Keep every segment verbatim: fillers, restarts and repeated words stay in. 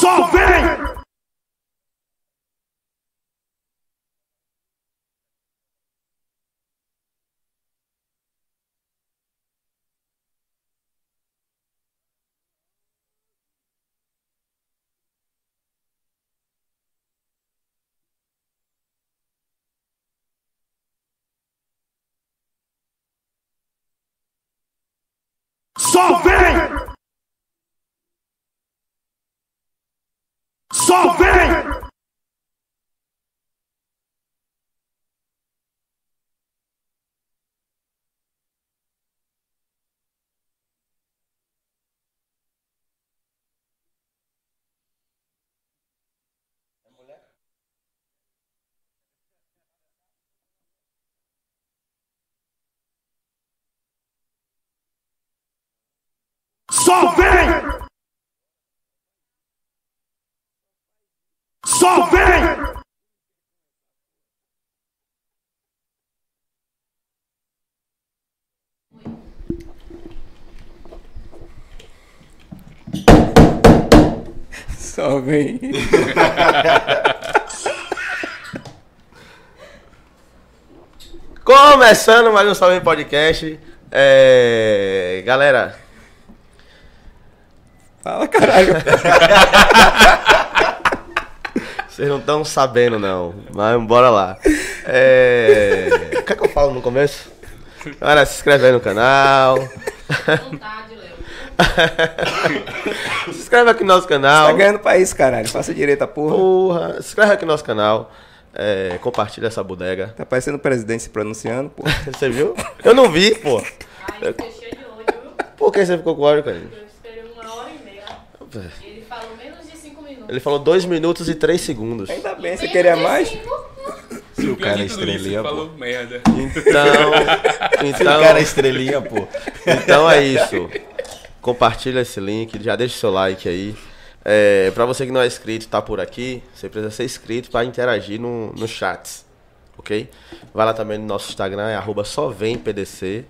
Só vem! Só vem! Só vem! Só vem! Só vem! Só vem. Começando mais um Salve Podcast. É... Galera. Fala, caralho. Vocês não estão sabendo, não. Mas bora lá. É... O que é que eu falo no começo? Galera, se inscreve aí no canal. Vontade, Léo. Se inscreve aqui no nosso canal. Tá ganhando pra isso, caralho. Faça direito a porra. Porra. Se inscreve aqui no nosso canal. É... Compartilha essa bodega. Tá parecendo o presidente se pronunciando, porra. Você viu? Eu não vi, pô. Ai, fiquei cheio de ódio, viu? Por que você ficou com ódio, cara? Eu esperei uma hora e meia. Ele falou menos de cinco minutos. Ele falou dois minutos e três segundos. Ainda bem, você Menos queria de mais? cinco? Se o cara é Pior de tudo isso, estrelinha, ele pô. falou merda. Então, Se então, o cara é estrelinha, pô. então é isso. Compartilha esse link, já deixa o seu like aí. É, pra você que não é inscrito, tá por aqui, você precisa ser inscrito pra interagir no, no chat, ok? Vai lá também no nosso Instagram, é arroba só vem P D C.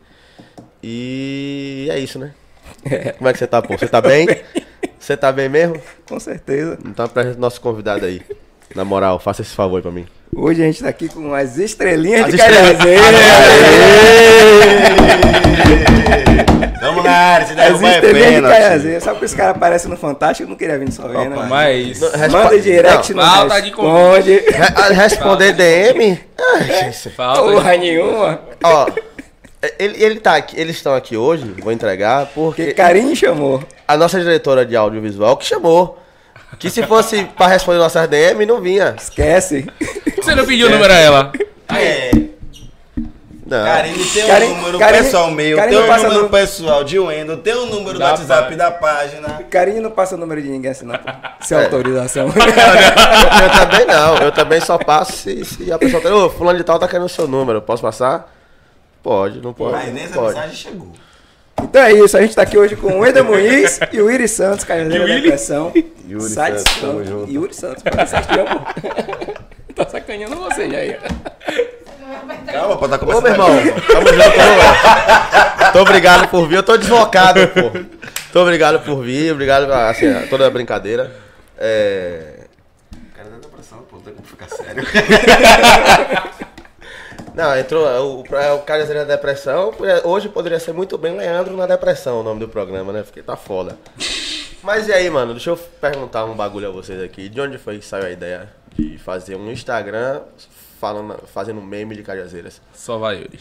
E é isso, né? Como é que você tá, pô? Você tá bem? Você tá bem mesmo? Com certeza. Então apresenta o nosso convidado aí. Na moral, faça esse favor aí pra mim. Hoje a gente tá aqui com as estrelinhas As de estrelas- Cajazeira. Vamos na área, se As derrubar é estrelinhas de pênalti. Cajazeira. Sabe que esse cara aparece no Fantástico? Eu não queria vir só vendo, né? Mas. Manda direct no Falta de responde. Re- Responder D M? Ai, gente. Falta Porra nenhuma. Ó, ele, ele tá aqui, eles estão aqui hoje, vou entregar, porque Porque Carinho chamou. a nossa diretora de audiovisual que chamou. Que se fosse pra responder nossas D M, não vinha. Esquece. Você não pediu o número a ela? É, Não. Karine tem Karine- um número Karine- pessoal meu, Karine tem um passa número no- pessoal de Wendel, tem um número do Da WhatsApp página. da página. Carinho não passa o número de ninguém assim, não, pô. Sem É. autorização. Eu também não, eu também só passo se, se a pessoa tá. Ô, fulano de tal tá querendo o seu número, eu posso passar? Pode, não pode. Mas nem essa pode. mensagem chegou. Então é isso, a gente tá aqui hoje com o Wendel Muniz e o Iris Santos, Cajazeira da Yuri? Depressão. Yuri Sai de Santos, tamo Santos. junto. Yuri Santos, pode ser que eu, pô. Tá sacaneando você já aí. Calma, pô, tá Ô, começando. meu irmão, tamo junto. Tô, tô obrigado por vir, eu tô deslocado, pô. Tô obrigado por vir, obrigado, assim, toda a brincadeira. É... Cara, dá depressão, pô, não tem como ficar sério. Não, entrou o, o cara da depressão. Hoje poderia ser muito bem Leandro na depressão, o nome do programa, né? Porque tá foda. Mas e aí, mano, deixa eu perguntar um bagulho a vocês aqui. De onde foi que saiu a ideia de fazer um Instagram falando, fazendo meme de Cajazeiras? Só vai, Yuri.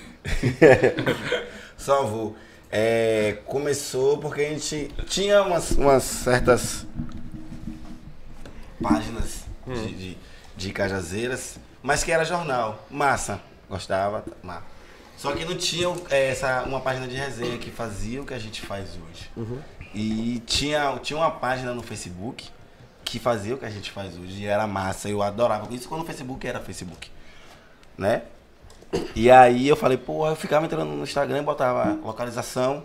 Só vou. É, começou porque a gente tinha umas, umas certas páginas de, de, de Cajazeiras, mas que era jornal. Massa. Gostava. Massa. Só que não tinha é, essa, uma página de resenha que fazia o que a gente faz hoje. Uhum. E tinha, tinha uma página no Facebook que fazia o que a gente faz hoje. E era massa. Eu adorava. Isso quando o Facebook era Facebook. Né? E aí eu falei, pô, eu ficava entrando no Instagram e botava localização,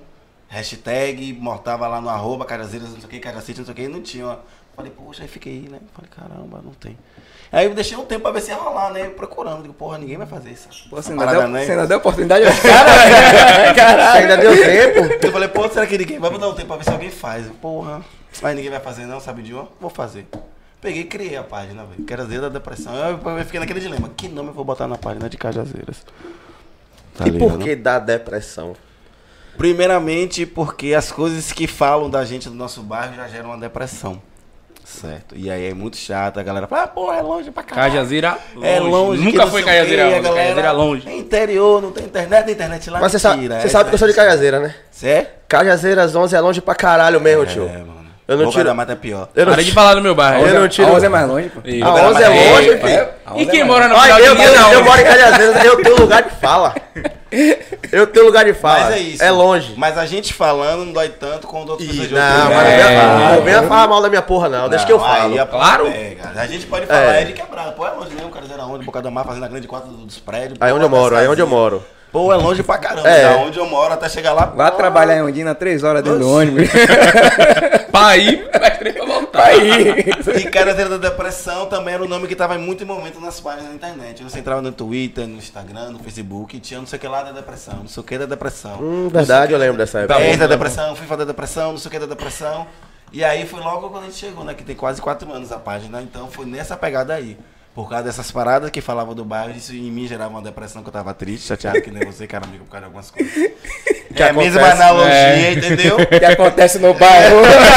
hashtag, mortava lá no arroba, Cajazeiras, não sei o que, Cajacite, não sei o que, e não tinha. Falei, poxa, aí fiquei, né? Falei, caramba, não tem. Aí eu deixei um tempo pra ver se ia rolar, né? Procurando. Digo, porra, ninguém vai fazer isso. Pô, você Essa ainda, deu, parada, né? você ainda deu oportunidade aos caras? Caralho. Ainda deu tempo? Eu falei, pô, será que ninguém vai dar um tempo pra ver se alguém faz? Porra, aí ninguém vai fazer não, sabe de uma? Vou fazer. Peguei e criei a página, velho. Cajazeiras da Depressão. Eu, eu fiquei naquele dilema. Que nome eu vou botar na página de Cajazeiras? Tá E por ligado? que da depressão? Primeiramente porque as coisas que falam da gente do nosso bairro já geram uma depressão. Certo. E aí é muito chato, a galera fala, ah, porra, é longe pra caralho. Cajazeira, longe. É longe. Nunca que foi não sei o Cajazeira quê, a longe. galera Cajazeira longe. É interior, não tem internet, tem internet lá. Mas você sabe, mentira, você é sabe que eu sou de internet. Cajazeiras, né? Você é? Cajazeiras onze é longe pra caralho mesmo, tio. É, mano. Eu não Boca tiro- da Mata é pior. Eu não Para de tiro- falar do meu bairro. Eu não tiro- A onze é mais longe, pô. Isso. A onze é longe, Epa. filho. A E onze quem é mora no Olha, final eu, de linha, eu, não? eu moro em Cajazeiras, eu tenho lugar de fala. Eu tenho lugar de fala. Mas é isso. É longe. Mas a gente falando não dói tanto quando outras Ih, pessoas não, de mas outro não lugar. venha, não venha falar mal da minha porra, não. Deixa que eu Não, falo. aí a Claro. porra pega. A gente pode falar, É. é de quebrada. Pô, é longe mesmo, cara, era onde? Boca da Mar, fazendo a grande quatro dos prédios. Aí pô, onde eu moro, aí onde eu casinha. moro. Pô, é longe pra caramba. É. Da onde eu moro até chegar lá. Vai pô, trabalhar em Ondina três horas dentro do Oxi. ônibus. Pra ir, vai ter pra voltar. Aí. E Cajazeiras da Depressão também era o nome que tava em muito momento nas páginas da internet. Você entrava no Twitter, no Instagram, no Facebook, e tinha não sei o que lá da depressão, não sei o que da depressão. Hum, verdade, eu lembro dessa época. Pés da bom, tá depressão, FIFA da depressão, não sei o que da depressão. E aí foi logo quando a gente chegou, né? Que tem quase quatro anos a página, então foi nessa pegada aí. Por causa dessas paradas que falavam do bairro, isso em mim gerava uma depressão que eu tava triste, chateado que nem você, cara amigo, por causa de algumas coisas. Que é a mesma acontece, analogia, é. entendeu? que acontece no bairro.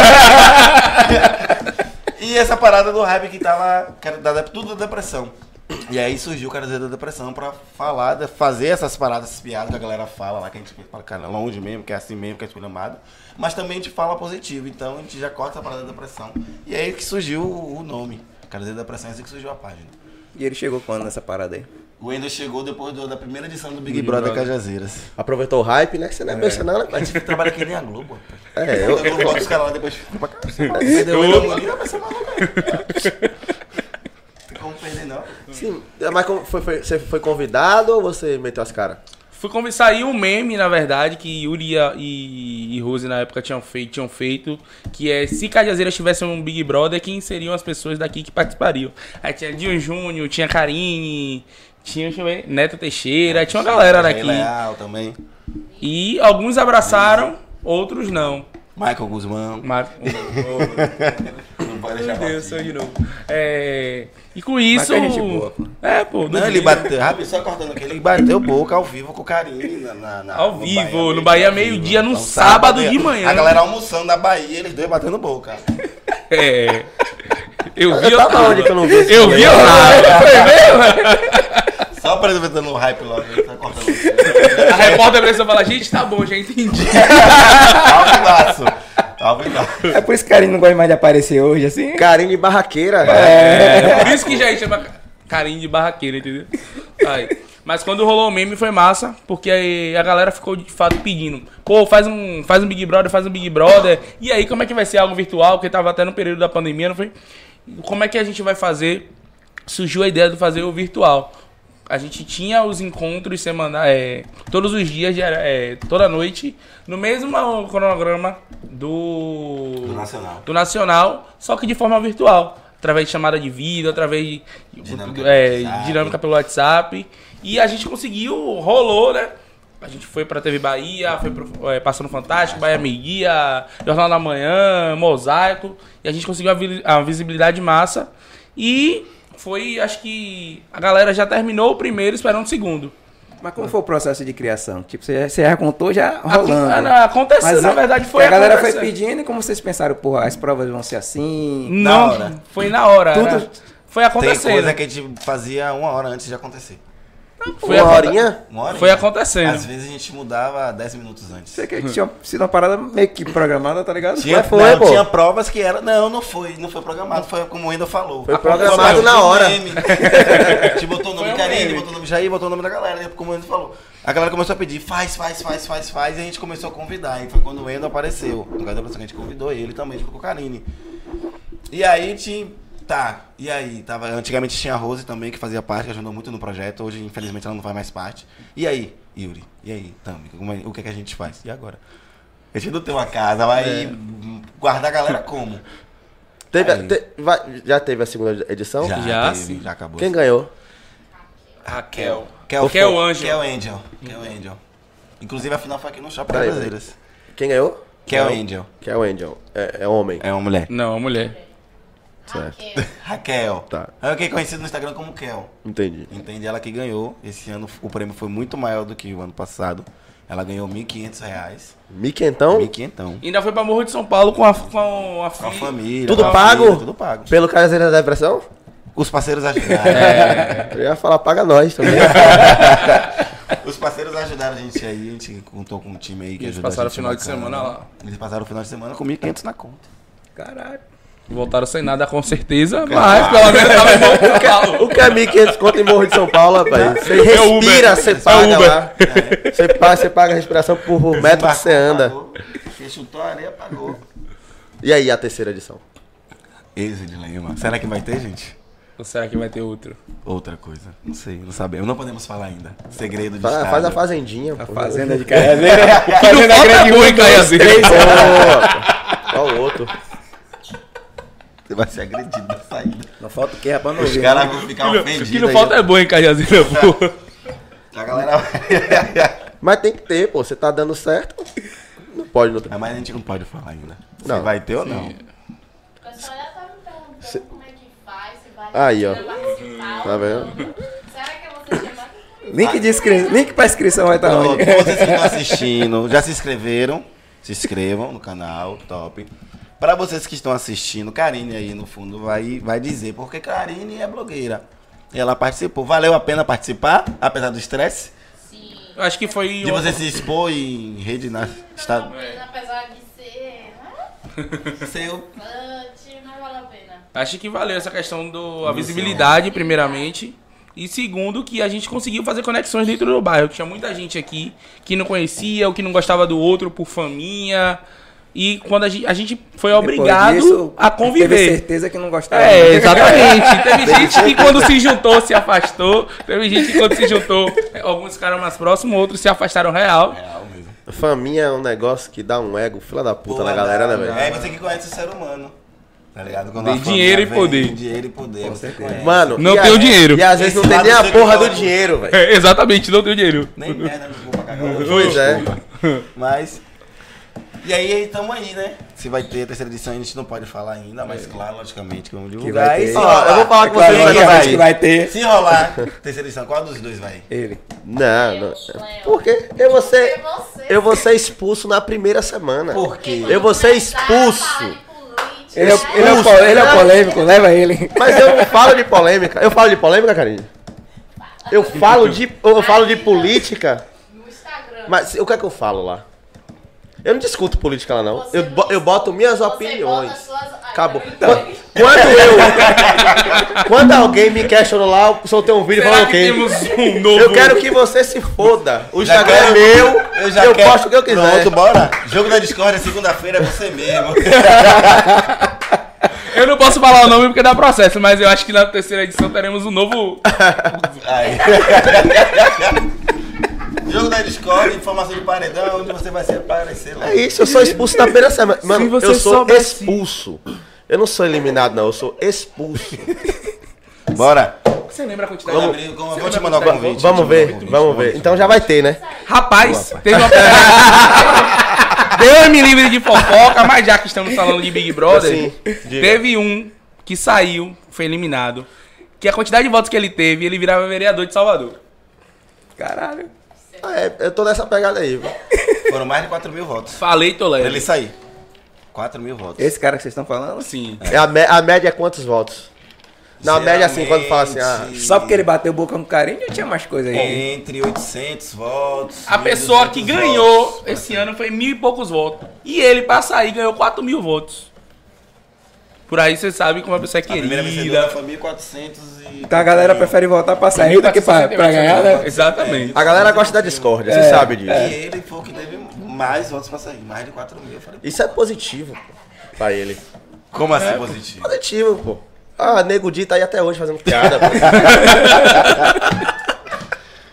E essa parada do hype que tava, que era da, tudo da depressão. E aí surgiu o Cajazeiras da Depressão pra falar, de- fazer essas paradas, essas piadas que a galera fala lá, que a gente fala, cara, longe mesmo, que é assim mesmo, que é esculhambado. Mas também a gente fala positivo, então a gente já corta a parada da depressão. E aí que surgiu o o nome. Cajazeiras da Depressão, é assim que surgiu a página. E ele chegou quando nessa parada aí? O Wendel chegou depois do- da primeira edição do Big, Big Brother, Brother. Cajazeiras. Aproveitou o hype, né? Você não é besta não, né? A gente trabalha aqui nem a Globo. rapaz. É, eu... Eu coloco os caras lá depois. Fica pra cá. Perdeu o Wendel Molina, vai ser maluco aí. Tem como perder, não. Sim, mas como foi, foi- você foi convidado ou você meteu as caras? Fui como saiu um meme, na verdade, que Yuri e, e Rose na época tinham feito, tinham feito, que é se Cajazeiras tivesse um Big Brother, quem seriam as pessoas daqui que participariam? Aí tinha Dinho Júnior, tinha Karine, tinha, deixa eu ver, Neto Teixeira, tinha uma galera Jair daqui. Leal também. E alguns abraçaram, outros não. Michael Guzmão. Mas, Não pode meu deixar Deus, sou bater. de novo. É, e com isso... que é gente boa, pô. É, pô. Não, ele bateu, rápido, só cortando aqui, ele bateu boca ao vivo com o Karine na, na, na- Ao no vivo, no meio- Bahia, ao vivo. meio-dia, no Então, sábado de manhã. A galera almoçando na Bahia, eles dois batendo boca. É. Eu vi, Eu tava onde que eu não vi isso? Eu vi, eu Só apresentando o hype logo, ele tá cortando aqui. A repórter precisou falar, gente, tá bom, já entendi. Alvidaço. Alvidaço. É por isso que o Carinho não gosta mais de aparecer hoje, assim. Carinho de barraqueira. É por isso que já chama carinho de barraqueira, entendeu? Aí. Mas quando rolou o meme foi massa, porque aí a galera ficou de fato pedindo, pô, faz um, faz um Big Brother, faz um Big Brother. E aí, como é que vai ser algo virtual? Porque tava até no período da pandemia, não foi? Como é que a gente vai fazer? Surgiu a ideia de fazer o virtual. A gente tinha os encontros semanais, é, todos os dias, é, toda noite, no mesmo cronograma do, Do Nacional. do Nacional, só que de forma virtual. Através de chamada de vídeo, através de Dinâmica é, pelo WhatsApp. dinâmica pelo WhatsApp. E a gente conseguiu, rolou, né? A gente foi pra T V Bahia, foi pro, é, passando Fantástico, Bahia Meia, Jornal da Manhã, Mosaico. E a gente conseguiu a, vi- a visibilidade massa. E foi, acho que a galera já terminou o primeiro esperando o segundo. Mas como foi o processo de criação? Tipo, você, você já contou já rolando. Acon- ah, Aconteceu, Mas na an- verdade foi a galera foi acontecendo. pedindo e como vocês pensaram, porra, as provas vão ser assim? Não, Na hora. foi na hora. Tudo- era- Foi Tem acontecendo. coisa que a gente fazia uma hora antes de acontecer. Foi, Uma aconte- horinha? Uma horinha. Foi acontecendo. Às vezes a gente mudava dez minutos antes. Você que tinha sido uma parada meio que programada, tá ligado? Tinha, Mas foi, não, pô. tinha provas que era. Não, não foi. Não foi programado. Foi como o Wendel falou. Foi A programado prova na foi um hora. meme. A gente botou o nome Foi um Karine, meme. botou o nome Jair, botou o nome da galera. Como o Wendel falou. A galera começou a pedir, faz, faz, faz, faz, faz. E a gente começou a convidar. E foi quando o Wendel apareceu. No caso da pessoa que a gente convidou ele também, junto com o Karine. E aí a gente. Tá, e aí? Tava, antigamente tinha a Rose também, que fazia parte, que ajudou muito no projeto. Hoje, infelizmente, ela não faz mais parte. E aí, Yuri? E aí, Tami? Como é- o que, é que a gente faz? E agora? A gente não tem uma casa, vai guardar a galera como? Teve, a- Aí. te- vai- já teve a segunda edição? Já, teve, sim. já acabou. Quem ganhou? Raquel. Kel, Kel Angel. Kel Angel. Kel Angel. Inclusive a final foi aqui no Shopping Peraí, das Brasileiras. Quem ganhou? Kel Angel. Que é o Angel. É, é homem. É uma mulher. Não, mulher. Certo. Raquel. Raquel. Tá. É quem é conhecido no Instagram como Kel. Entendi. Entende? Ela que ganhou. Esse ano o prêmio foi muito maior do que o ano passado. Ela ganhou mil e quinhentos reais. Mickey então? mil e quinhentos. Ainda foi pra Morro de São Paulo com a, com a, Com a filha. família. Tudo com a pago? família, tudo pago. Pelo Cajazeiro da Depressão? Os parceiros ajudaram. É. Eu ia falar, paga nós também. Os parceiros ajudaram a gente aí. A gente contou com um time aí que Eles ajudou passaram a o gente. final de bacana. semana lá. Eles passaram o final de semana com mil e quinhentos na conta. Caralho. Voltaram sem nada com certeza, mas pelo menos tava em Morro de São Paulo. O que é mil e quinhentos conto em Morro de São Paulo, rapaz? Você É Uber. respira, você É paga Uber. lá. Você paga, você paga a respiração por metro que você anda. Pagou. Quem chutou a areia pagou. E aí, a terceira edição? Esse de Lima. Será que vai ter, gente? Ou será que vai ter outro? Outra coisa. Não sei, não sabemos. Não podemos falar ainda. Segredo de Faz, Estado. faz a fazendinha. A pô. fazenda de Caiazeiro. Que não falta é bom em Caiazeiro. Pô, Qual o outro? Você vai ser agredido na saída. Não falta o quê, rapaz? Não Os ouvi, caras né? vão ficar O que ofendidos. não aí. falta é bom em Caiazeiro, pô. A galera vai... Mas tem que ter, pô. Você tá dando certo. Não pode, não. Mas a gente não pode falar ainda. Se Não. vai ter ou não. O pessoal já tá me perguntando Cê- como é que faz, se vale Aí, a ó. pena participar Tá ou vendo? não. Será que você chama? Link, de inscri... Link pra inscrição vai estar Então, onde? vocês que estão assistindo, já se inscreveram? Se inscrevam no canal, top. Para vocês que estão assistindo, Karine aí no fundo vai, vai dizer, porque Karine é blogueira. Ela participou. Valeu a pena participar, apesar do estresse? Sim. Eu acho que foi. De você se expor em rede na estado. Talvez, apesar de ser né, Seu. bastante, não vale a pena. Acho que valeu essa questão da visibilidade, primeiramente. E segundo, que a gente conseguiu fazer conexões dentro do bairro. Tinha muita gente aqui que não conhecia, ou que não gostava do outro por faminha. E quando a gente, a gente foi obrigado Depois disso, a Teve conviver. certeza que não gostava. É, exatamente. Teve gente que quando se juntou se afastou. Teve gente que quando se juntou, alguns ficaram mais próximos, outros se afastaram real. Real mesmo. Faminha é um negócio que dá um ego, fila da puta na galera, né, velho? É você que conhece o ser humano. Tá ligado? Quando Tem a família dinheiro e vem, poder. Dinheiro e poder. Você conhece. Mano, Não e tem a- o dinheiro. E às vezes não Esse tem lado nem a você porra que do não- dinheiro, velho. É, exatamente, não tenho dinheiro. Nem merda não vou pra cagar. Pois é. Mas. E aí, tamo aí, né? Se vai ter a terceira edição, a gente não pode falar ainda, mas claro, logicamente, que vamos divulgar. vai E ter. se Ó, rolar- eu vou falar com Claro, vocês quem aqui, vai? acho que vai ter. Se rolar terceira edição, qual dos dois vai? Ele. Não, não. Léo. Porque eu vou ser, É você. eu vou ser expulso na primeira semana. Por quê? Eu vou ser Começar a falar expulso. de política, Ele é, né? ele, é o, po- ele é o polêmico, leva ele. Mas eu não falo de polêmica. Eu falo de polêmica, Karine? Eu falo de, eu falo de política. No Instagram. Mas o que é que eu falo lá? Eu não discuto política lá, não. Você Eu, bo- eu boto minhas você opiniões. bota suas- Ai, Acabou. peraí. Quando, quando eu. Quando alguém me questionou lá, eu soltei um vídeo Será falando que o quê? temos um novo... Eu quero que você se foda. O Já Instagram é quero- meu. Eu Eu, já quero. posto o que eu quiser. Pronto, bora. Jogo da Discord, segunda-feira é você mesmo. Eu não posso falar o nome porque dá processo, mas eu acho que na terceira edição teremos um novo... Aí. Jogo da Discord, informação de paredão, onde você vai se aparecer lá. É isso, eu sou expulso na primeira semana. Mano, você eu sou soubesse- expulso. Eu não sou eliminado, não. Eu sou expulso. Bora. Você lembra a quantidade Vamos, de... abrir, vamos, vou te mandar o convite. Vamos vou te ver, mandar o convite, vamos ver. Então já vai ter, né? Rapaz, teve uma... Deus me livre de fofoca, mas já que estamos falando de Big Brother, Sim, diga. teve um que saiu, foi eliminado, que a quantidade de votos que ele teve, ele virava vereador de Salvador. Caralho. Ah, é, eu tô nessa pegada aí, viu? Foram mais de quatro mil votos. Falei, Pra Toledo. ele sair. quatro mil votos. Esse cara que vocês estão falando? Sim. É a, mé- a média é quantos votos? Não, a média assim, quando fala assim, ah, Geralmente, Só porque ele bateu boca no carinho, já tinha mais coisa aí. Entre oitocentos votos. A mil e pessoa que duzentos ganhou votos. esse ano foi mil e poucos votos. E ele, pra sair, ganhou quatro mil votos. Por aí você sabe como a pessoa é A primeira vencedora querida. foi mil e quatrocentos e... Então a galera prefere votar pra sair do que pra, pra ganhar, né? Exatamente. a galera gosta da discórdia, você É, sabe disso. E ele foi o que teve mais votos pra sair. Mais de quatro mil. Eu falei, Isso é positivo, pô, pra ele. como assim positivo? Positivo, pô. Ah, Nego Di tá aí até hoje fazendo piada, pô.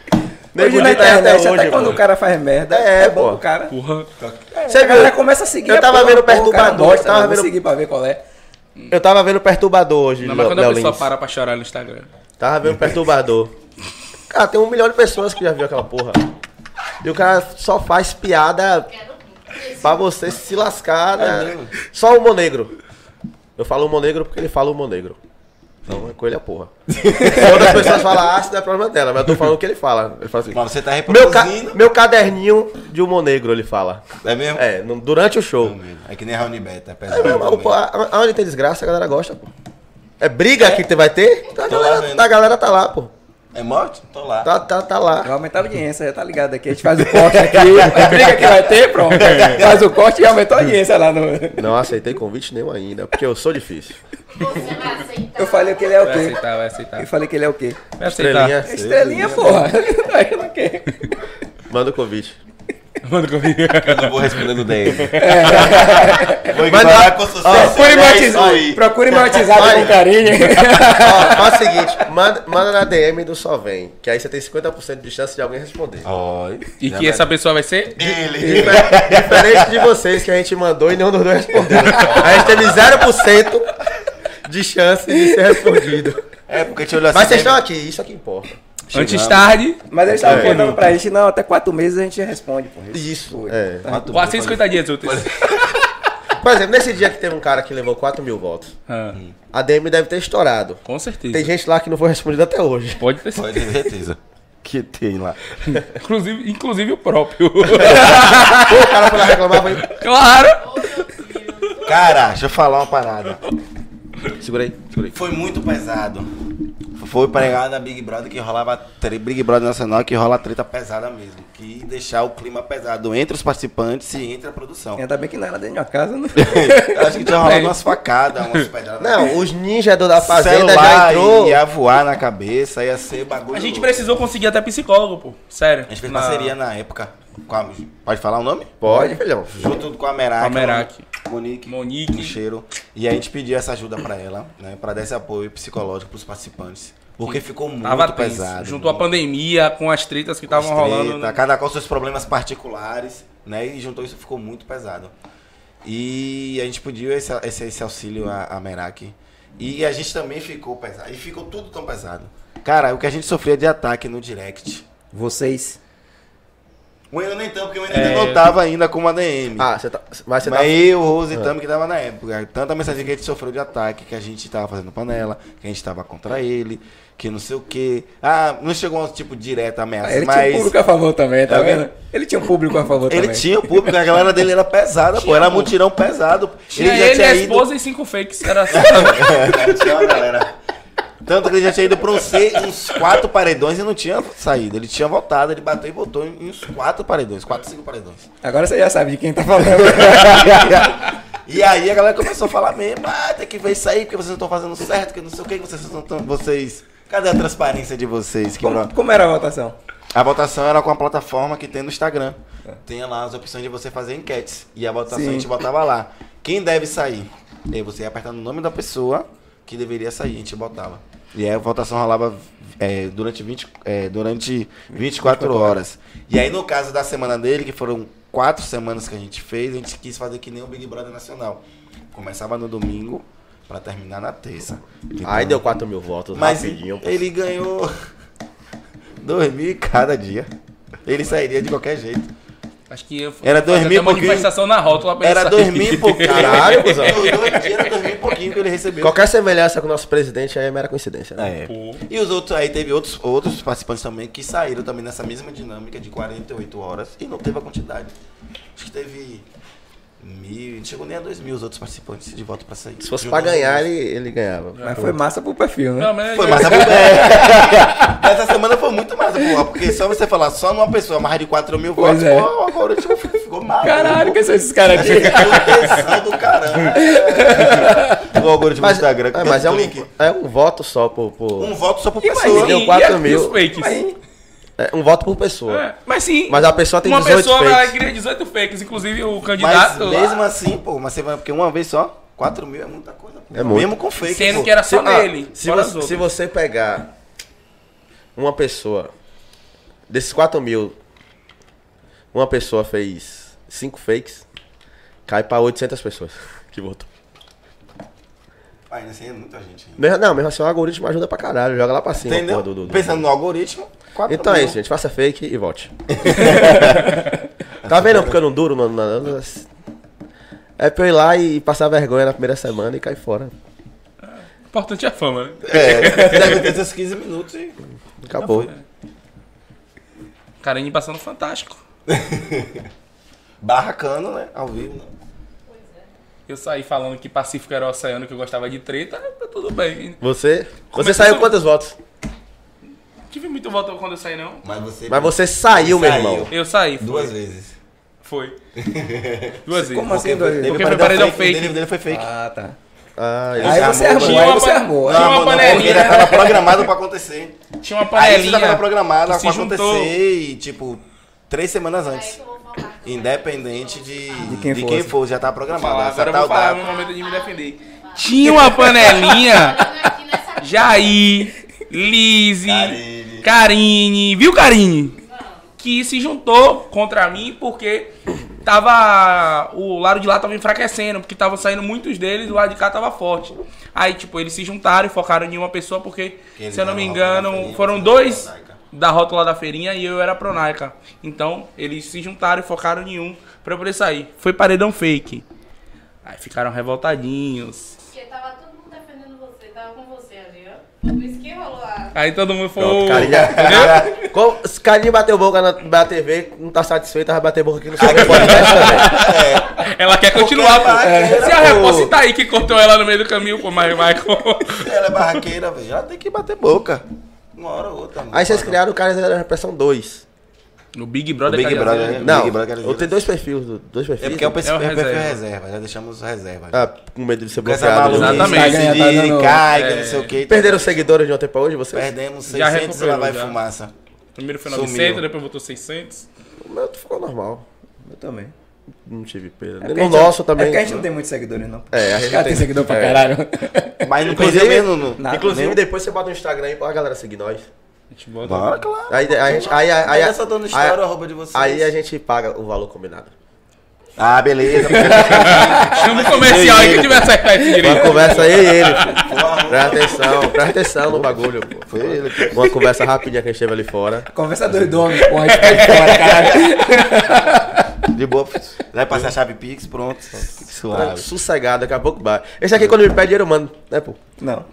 Nego Hoje na Di tá aí internet, até até hoje, quando pô. o cara faz merda, É, é, bom pô. pro cara. Porra. Você A galera viu? começa a seguir. Eu a tava porra, vendo o porra, o cara Perturbador, gosta, tava eu vou vendo- seguir pra ver qual é. Eu tava vendo o Perturbador hoje, Não, mas quando a Léo pessoa Lins. para pra chorar no Instagram. Tava vendo o Perturbador. Cara, tem um milhão de pessoas que já viu aquela porra. E o cara só faz piada pra você se lascar, né? Só o humor negro. Eu falo humor negro porque ele fala humor negro. Então é com ele a porra. Outras pessoas falam, ah, isso não é problema dela, mas eu tô falando o que ele fala. Ele fala assim, Mas você tá meu, ca- reproduzindo. meu caderninho de humor negro, ele fala. É mesmo? É, no- durante o show. É que nem a Raoni Beta, é É, pesado. mesmo, também. pô, a- aonde tem desgraça, a galera gosta, pô. É briga que você vai ter? A Tô lá galera, vendo. a galera tá lá, pô. É morte? Tô lá. Tá, tá, tá lá. Vai aumentar a audiência, já tá ligado aqui. A gente faz o corte aqui, a briga que vai ter, pronto. Faz o corte e aumenta a audiência lá no. Não aceitei convite nenhum ainda, porque eu sou difícil. Você vai aceitar. Eu falei que ele é o Vai quê? aceitar, vai aceitar. Eu falei que ele é o quê? Vai aceitar. Estrelinha, Estrelinha, porra. Aí eu não quero. manda o convite. Manda comigo. Eu não vou responder no D M. Vou Mas ignorar não- com sucesso. Procure é meu isso WhatsApp. aí. Procure meu WhatsApp Olha. com carinho. Ó, faz o seguinte, manda, manda na D M do Só Vem, que aí você tem cinquenta por cento de chance de alguém responder. Oi. E Já que vai- essa pessoa vai ser? Ele. Difer- Diferente de vocês que a gente mandou e nenhum dos dois respondeu. A gente teve zero por cento de chance de ser respondido. É, porque a gente olhou assim. Mas vocês estão aqui, isso é que importa. Antes tarde. Mas eles estavam contando pra gente, não, até quatro meses a gente responde, porra. Isso, é. quatrocentos e cinquenta dias úteis. Por exemplo, nesse dia que teve um cara que levou quatro mil votos, Ah, a D M deve ter estourado. com certeza. Tem gente lá que não foi respondida até hoje. Pode ter sido. Pode ter certeza. Que tem lá. Inclusive, inclusive o próprio. Pô, o cara foi lá reclamar, foi... Claro! Cara, deixa eu falar uma parada. Segura aí, segura aí. Foi muito pesado. Foi pregado na Big Brother que rolava tre- Big Brother Nacional que rola treta pesada mesmo. Que deixar o clima pesado entre os participantes e entre a produção. Ainda bem que não era dentro de uma casa, né? Eu acho que tinha rolado umas facadas, umas pedradas. Não, os ninjas do da fazenda já Celular entrou. ia voar na cabeça, ia ser bagulho. A gente louco. precisou conseguir até psicólogo, pô. Sério. A gente fez Na- parceria na época. Com a- pode falar o nome? Pode, filhão. Junto com a Merak. Com a Merak. Monique. Monique. No cheiro. E a gente pediu essa ajuda pra ela, né? Pra dar esse apoio psicológico pros participantes. Porque ficou muito Tava tenso. pesado. Juntou a pandemia com as tretas que estavam rolando. Treta, cada qual seus problemas particulares, né? E juntou isso, ficou muito pesado. E a gente pediu esse, esse, esse auxílio à, à Merak. E a gente também ficou pesado. E ficou tudo tão pesado. Cara, o que a gente sofria de ataque no direct. Vocês. O Wendel nem tanto, porque o É. Wendel não tava ainda como A D M. Ah, você tá. Mas você Mas tá. eu, o Rose e Tami que tava na época. Tanta mensagem que a gente sofreu de ataque, que a gente tava fazendo panela, que a gente tava contra ele, que não sei o quê. Ah, não chegou a um tipo direto ameaça, Ele tinha um mas público a favor também, tá Tá vendo? vendo? Ele tinha um público a favor ele também. tinha o público, a galera dele era pesada, pô, era mutirão pesado. Tinha já ele, tinha a ido- esposa e cinco fakes. Era assim. tinha uma galera. Tanto que ele já tinha ido pra um C, uns quatro paredões e não tinha saído. Ele tinha voltado, ele bateu e voltou em uns quatro paredões, quatro, cinco paredões. Agora você já sabe de quem tá falando. E aí a galera começou a falar mesmo, ah, tem que ver isso aí, porque vocês não estão fazendo certo, que não sei o que, que vocês não estão. Vocês. Cadê a transparência de vocês? Que Como, como era a votação? A votação era com a plataforma que tem no Instagram. Tem lá as opções de você fazer enquetes. E a votação Sim. a gente botava lá. Quem deve sair? E aí você ia apertando o nome da pessoa que deveria sair, a gente botava. E aí a votação rolava é, durante, vinte, é, durante vinte e quatro horas. E aí no caso da semana dele, que foram quatro semanas que a gente fez, a gente quis fazer que nem o Big Brother Nacional. Começava no domingo pra terminar na terça. Aí Então, deu quatro mil votos mas rapidinho. pô. ele ganhou dois mil cada dia. Ele sairia de qualquer jeito. Acho que eu Era dois fazer mil até uma pouquinho. manifestação na rótula pra ele Era sair. dois mil e pouquinho. Caralho, cuzão. Os dois dias era dois mil e pouquinho que ele recebeu. Qualquer semelhança com o nosso presidente aí é mera coincidência, né? É. E os outros, aí teve outros, outros participantes também que saíram também nessa mesma dinâmica de quarenta e oito horas e não teve a quantidade. Acho que teve mil, não chegou nem a dois mil os outros participantes de voto pra sair. Se fosse Juntou pra ganhar, os dois. ele, ele ganhava. Mas foi massa pro perfil, né? Não, mas Foi massa pro é. Essa semana foi muito massa, porra. Porque só você falar só numa pessoa mais de quatro mil Pois votos, é. pô, o algoritmo ficou mal. Caralho, quem são esses caras aqui? Atenção do caramba. O algoritmo Mas, do Instagram. é, mas é, um, link. é um voto só por. por- Um voto só por Imagina, pessoa. deu E- quatro e mil. os fakes? Mas, é um voto por pessoa. É, mas sim. Mas a pessoa tem uma dezoito pessoa vai fakes. querer dezoito fakes, inclusive o Mas candidato lá, mesmo assim, pô, mas você vai. Porque uma vez só, quatro mil é muita coisa. Pô. É muito. Mesmo com fake. sendo pô. que era só Se- ah, nele. se, fora você, os se outros. você pegar uma pessoa Desses quatro mil, uma pessoa fez cinco fakes, cai pra oitocentas pessoas que votou. Ah, ainda assim é muita gente. Ainda. Mesmo- Não, mesmo assim o algoritmo ajuda pra caralho, joga lá pra cima. Entendeu? porra, do- do- do- Pensando no algoritmo, quatro Então é mil. isso, gente. Faça fake e vote. Tá vendo porque eu não duro? Não, não, não, é pra eu ir lá e passar vergonha na primeira semana e cair fora. O importante é a fama, né? É, deve ter seus quinze minutos e... Acabou. Karine passando fantástico. Barracano, né? Ao vivo, né? Eu saí falando que Pacífico era o oceano, que eu gostava de treta, tá tudo bem. Você? Você Começou saiu a- quantos votos? Não tive muito voto quando eu saí, não. Mas você... Mas você saiu, meu irmão. Eu saí, foi. Duas vezes. Foi. Duas vezes. Como assim, dois? Dele Porque foi foi paredão fake. fake. Dele, dele foi fake. Ah, tá. Ah, ele Aí já você armou, armou, tinha aí uma você pan- armou. tinha uma Não, não, panelinha. ele tava programado pra acontecer. Tinha uma Aí isso já panelinha. tava programado que se pra juntou. acontecer e, tipo, três semanas Aí antes. que eu vou falar. Independente de, de quem quem, fosse. for, já tá programado. Falar, Essa agora eu tal vou falar, é data. meu momento de me defender. Tinha uma panelinha. Olhando aqui nessa Jair, Lizzy, Karine. Karine, viu Karine? Que se juntou contra mim porque tava. O lado de lá tava enfraquecendo, porque tava saindo muitos deles e o lado de cá tava forte. Aí, tipo, eles se juntaram e focaram em uma pessoa porque, Que eles se eu não me eram da engano, feirinha, foram você dois era pronaica. da rótula da feirinha e eu era pronaica. Então, eles se juntaram e focaram em um pra eu poder sair. Foi paredão fake. Aí ficaram revoltadinhos. Porque tava todo mundo defendendo você, tava com você ali, ó. Por isso que rolou a. Aí todo mundo foi. Pronto, Carinha. Como- Se Carinha bateu boca na, na T V, não tá satisfeito, vai bater boca aqui no seu podcast também. Ela quer continuar, pô. barraqueira, Se a pô. Reposse tá aí que cortou ela no meio do caminho, pô, mas Michael. Ela é barraqueira, velho. Ela tem que bater boca. Uma hora ou outra. Aí vocês criaram o cara da Repressão dois. No Big O Brother, Big Cajazeiro. Brother, né? Não, Big Brother, eu tenho dois perfis. Dois perfis. É porque é o perfil, É o é o perfil reserva. reserva. Já deixamos reserva. Ah, com medo de ser Com essa bloqueado. maluquice Exatamente. de Tá dando- cai, que é. não sei o que. Perderam seguidores de ontem pra hoje, vocês? Perdemos Já seiscentos e lá recuperou, vai já. fumaça. Primeiro foi Sumiu. novecentos, depois botou seiscentos. O meu ficou normal. Eu também. Não tive perda. É No porque a gente- nosso também. É porque a gente não tem muitos seguidores, não. É, a gente Os caras tem- têm seguidor pra é. caralho. Mas não Inclusive- perdeu mesmo. No... Nada, Inclusive, nem- depois você bota no Instagram aí pra galera seguir nós. A gente bota. Bora, claro. Aí, aí, a gente- aí, aí, Aí aí, eu só dando história, arroba de vocês. aí a gente paga o valor combinado. Ah, beleza. Chama o comercial aí que a gente vai acertar esse Uma direito. conversa aí e ele. Presta atenção, presta atenção no bagulho, pô. Foi ele. Uma conversa rapidinha que a gente teve ali fora. Conversa dois donos, pô, a gente tá de fora, caralho. De boa. Vai passar a chave Pix, pronto. Suave. Sossegado, daqui a pouco vai. Esse aqui, quando me pede dinheiro, eu mando, né, pô? Não.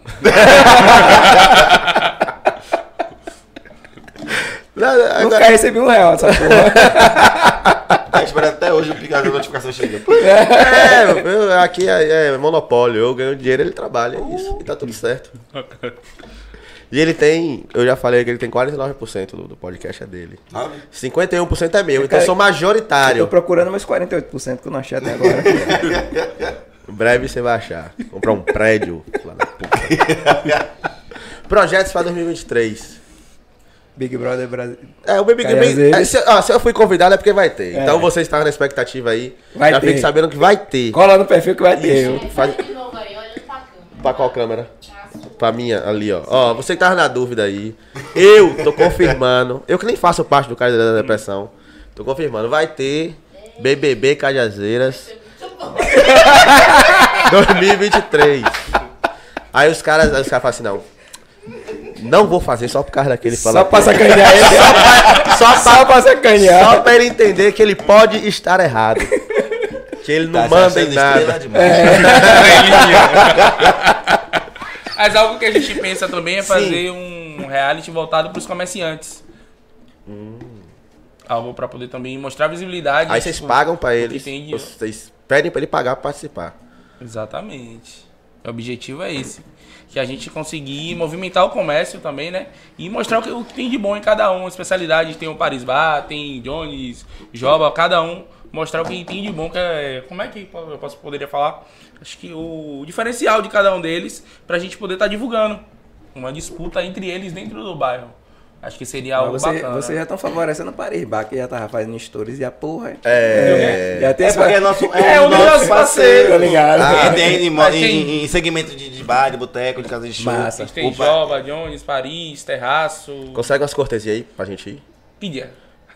Não, Nunca agora, recebi um real dessa porra. Tá esperando até hoje o Pix, a notificação chega. é, eu- aqui é, é monopólio. Eu ganho dinheiro, ele trabalha. É isso. E tá tudo certo. E ele tem, eu já falei que ele tem quarenta e nove por cento do, do podcast é dele. cinquenta e um por cento é meu, então eu sou Tô majoritário. procurando meus quarenta e oito por cento que eu não achei até agora. Em breve você vai achar. Comprar um prédio. Lá na puta. Projetos para dois mil e vinte e três. Big Brother Brasil. É, o Baby Game. Cajazeiro. É, se, ó, se eu fui convidado é porque vai ter. É. Então vocês estavam na expectativa aí. Vai já ter. fiquem sabendo que vai ter. Cola no perfil que vai ter. eu. Aí, faz- faz de novo aí, olhando pra câmera. Pra qual câmera? Pra minha, ali, ó. Ó, você que tava na dúvida aí. Eu tô confirmando. Eu que nem faço parte do cara da depressão. Tô confirmando. Vai ter B B B Cajazeiras dois mil e vinte e três. Aí os caras, aí os caras falam assim, não. Não vou fazer só por causa daquele Só falar. pra sacanear ele. Só pra, só, Só pra, pra sacanear. só pra ele entender que ele pode estar errado. Que ele não Tá se manda em achando estrela nada. demais. Mas algo que a gente pensa também é fazer um reality voltado pros comerciantes. Algo pra poder também mostrar visibilidade. Aí vocês tipo, pagam pra que eles. tem dinheiro. Vocês pedem pra ele pagar pra participar. Exatamente. O objetivo é esse. Que a gente conseguir movimentar o comércio também, né? E mostrar o que, o que tem de bom em cada um. Especialidade, tem o Paris Bar, tem Jones, Joba, cada um. Mostrar o que tem de bom, que é... Como é que eu posso, poderia falar? Acho que o diferencial de cada um deles pra gente poder estar divulgando. Uma disputa entre eles dentro do bairro. Acho que seria algo Mas você, bacana. você já estão favorecendo o Paris Bar, que já tava fazendo stories e a porra. É. Já tem É porque é nosso, é É, o um dos nosso nossos parceiro. Tá ligado? Ah, tem em, Mas em- tem- em segmento de, de bar, de boteco, de casa de show. Massa. A gente tem O ba- Joba, Jones, Paris, Terraço. Consegue umas cortesias aí pra gente ir? Que dia?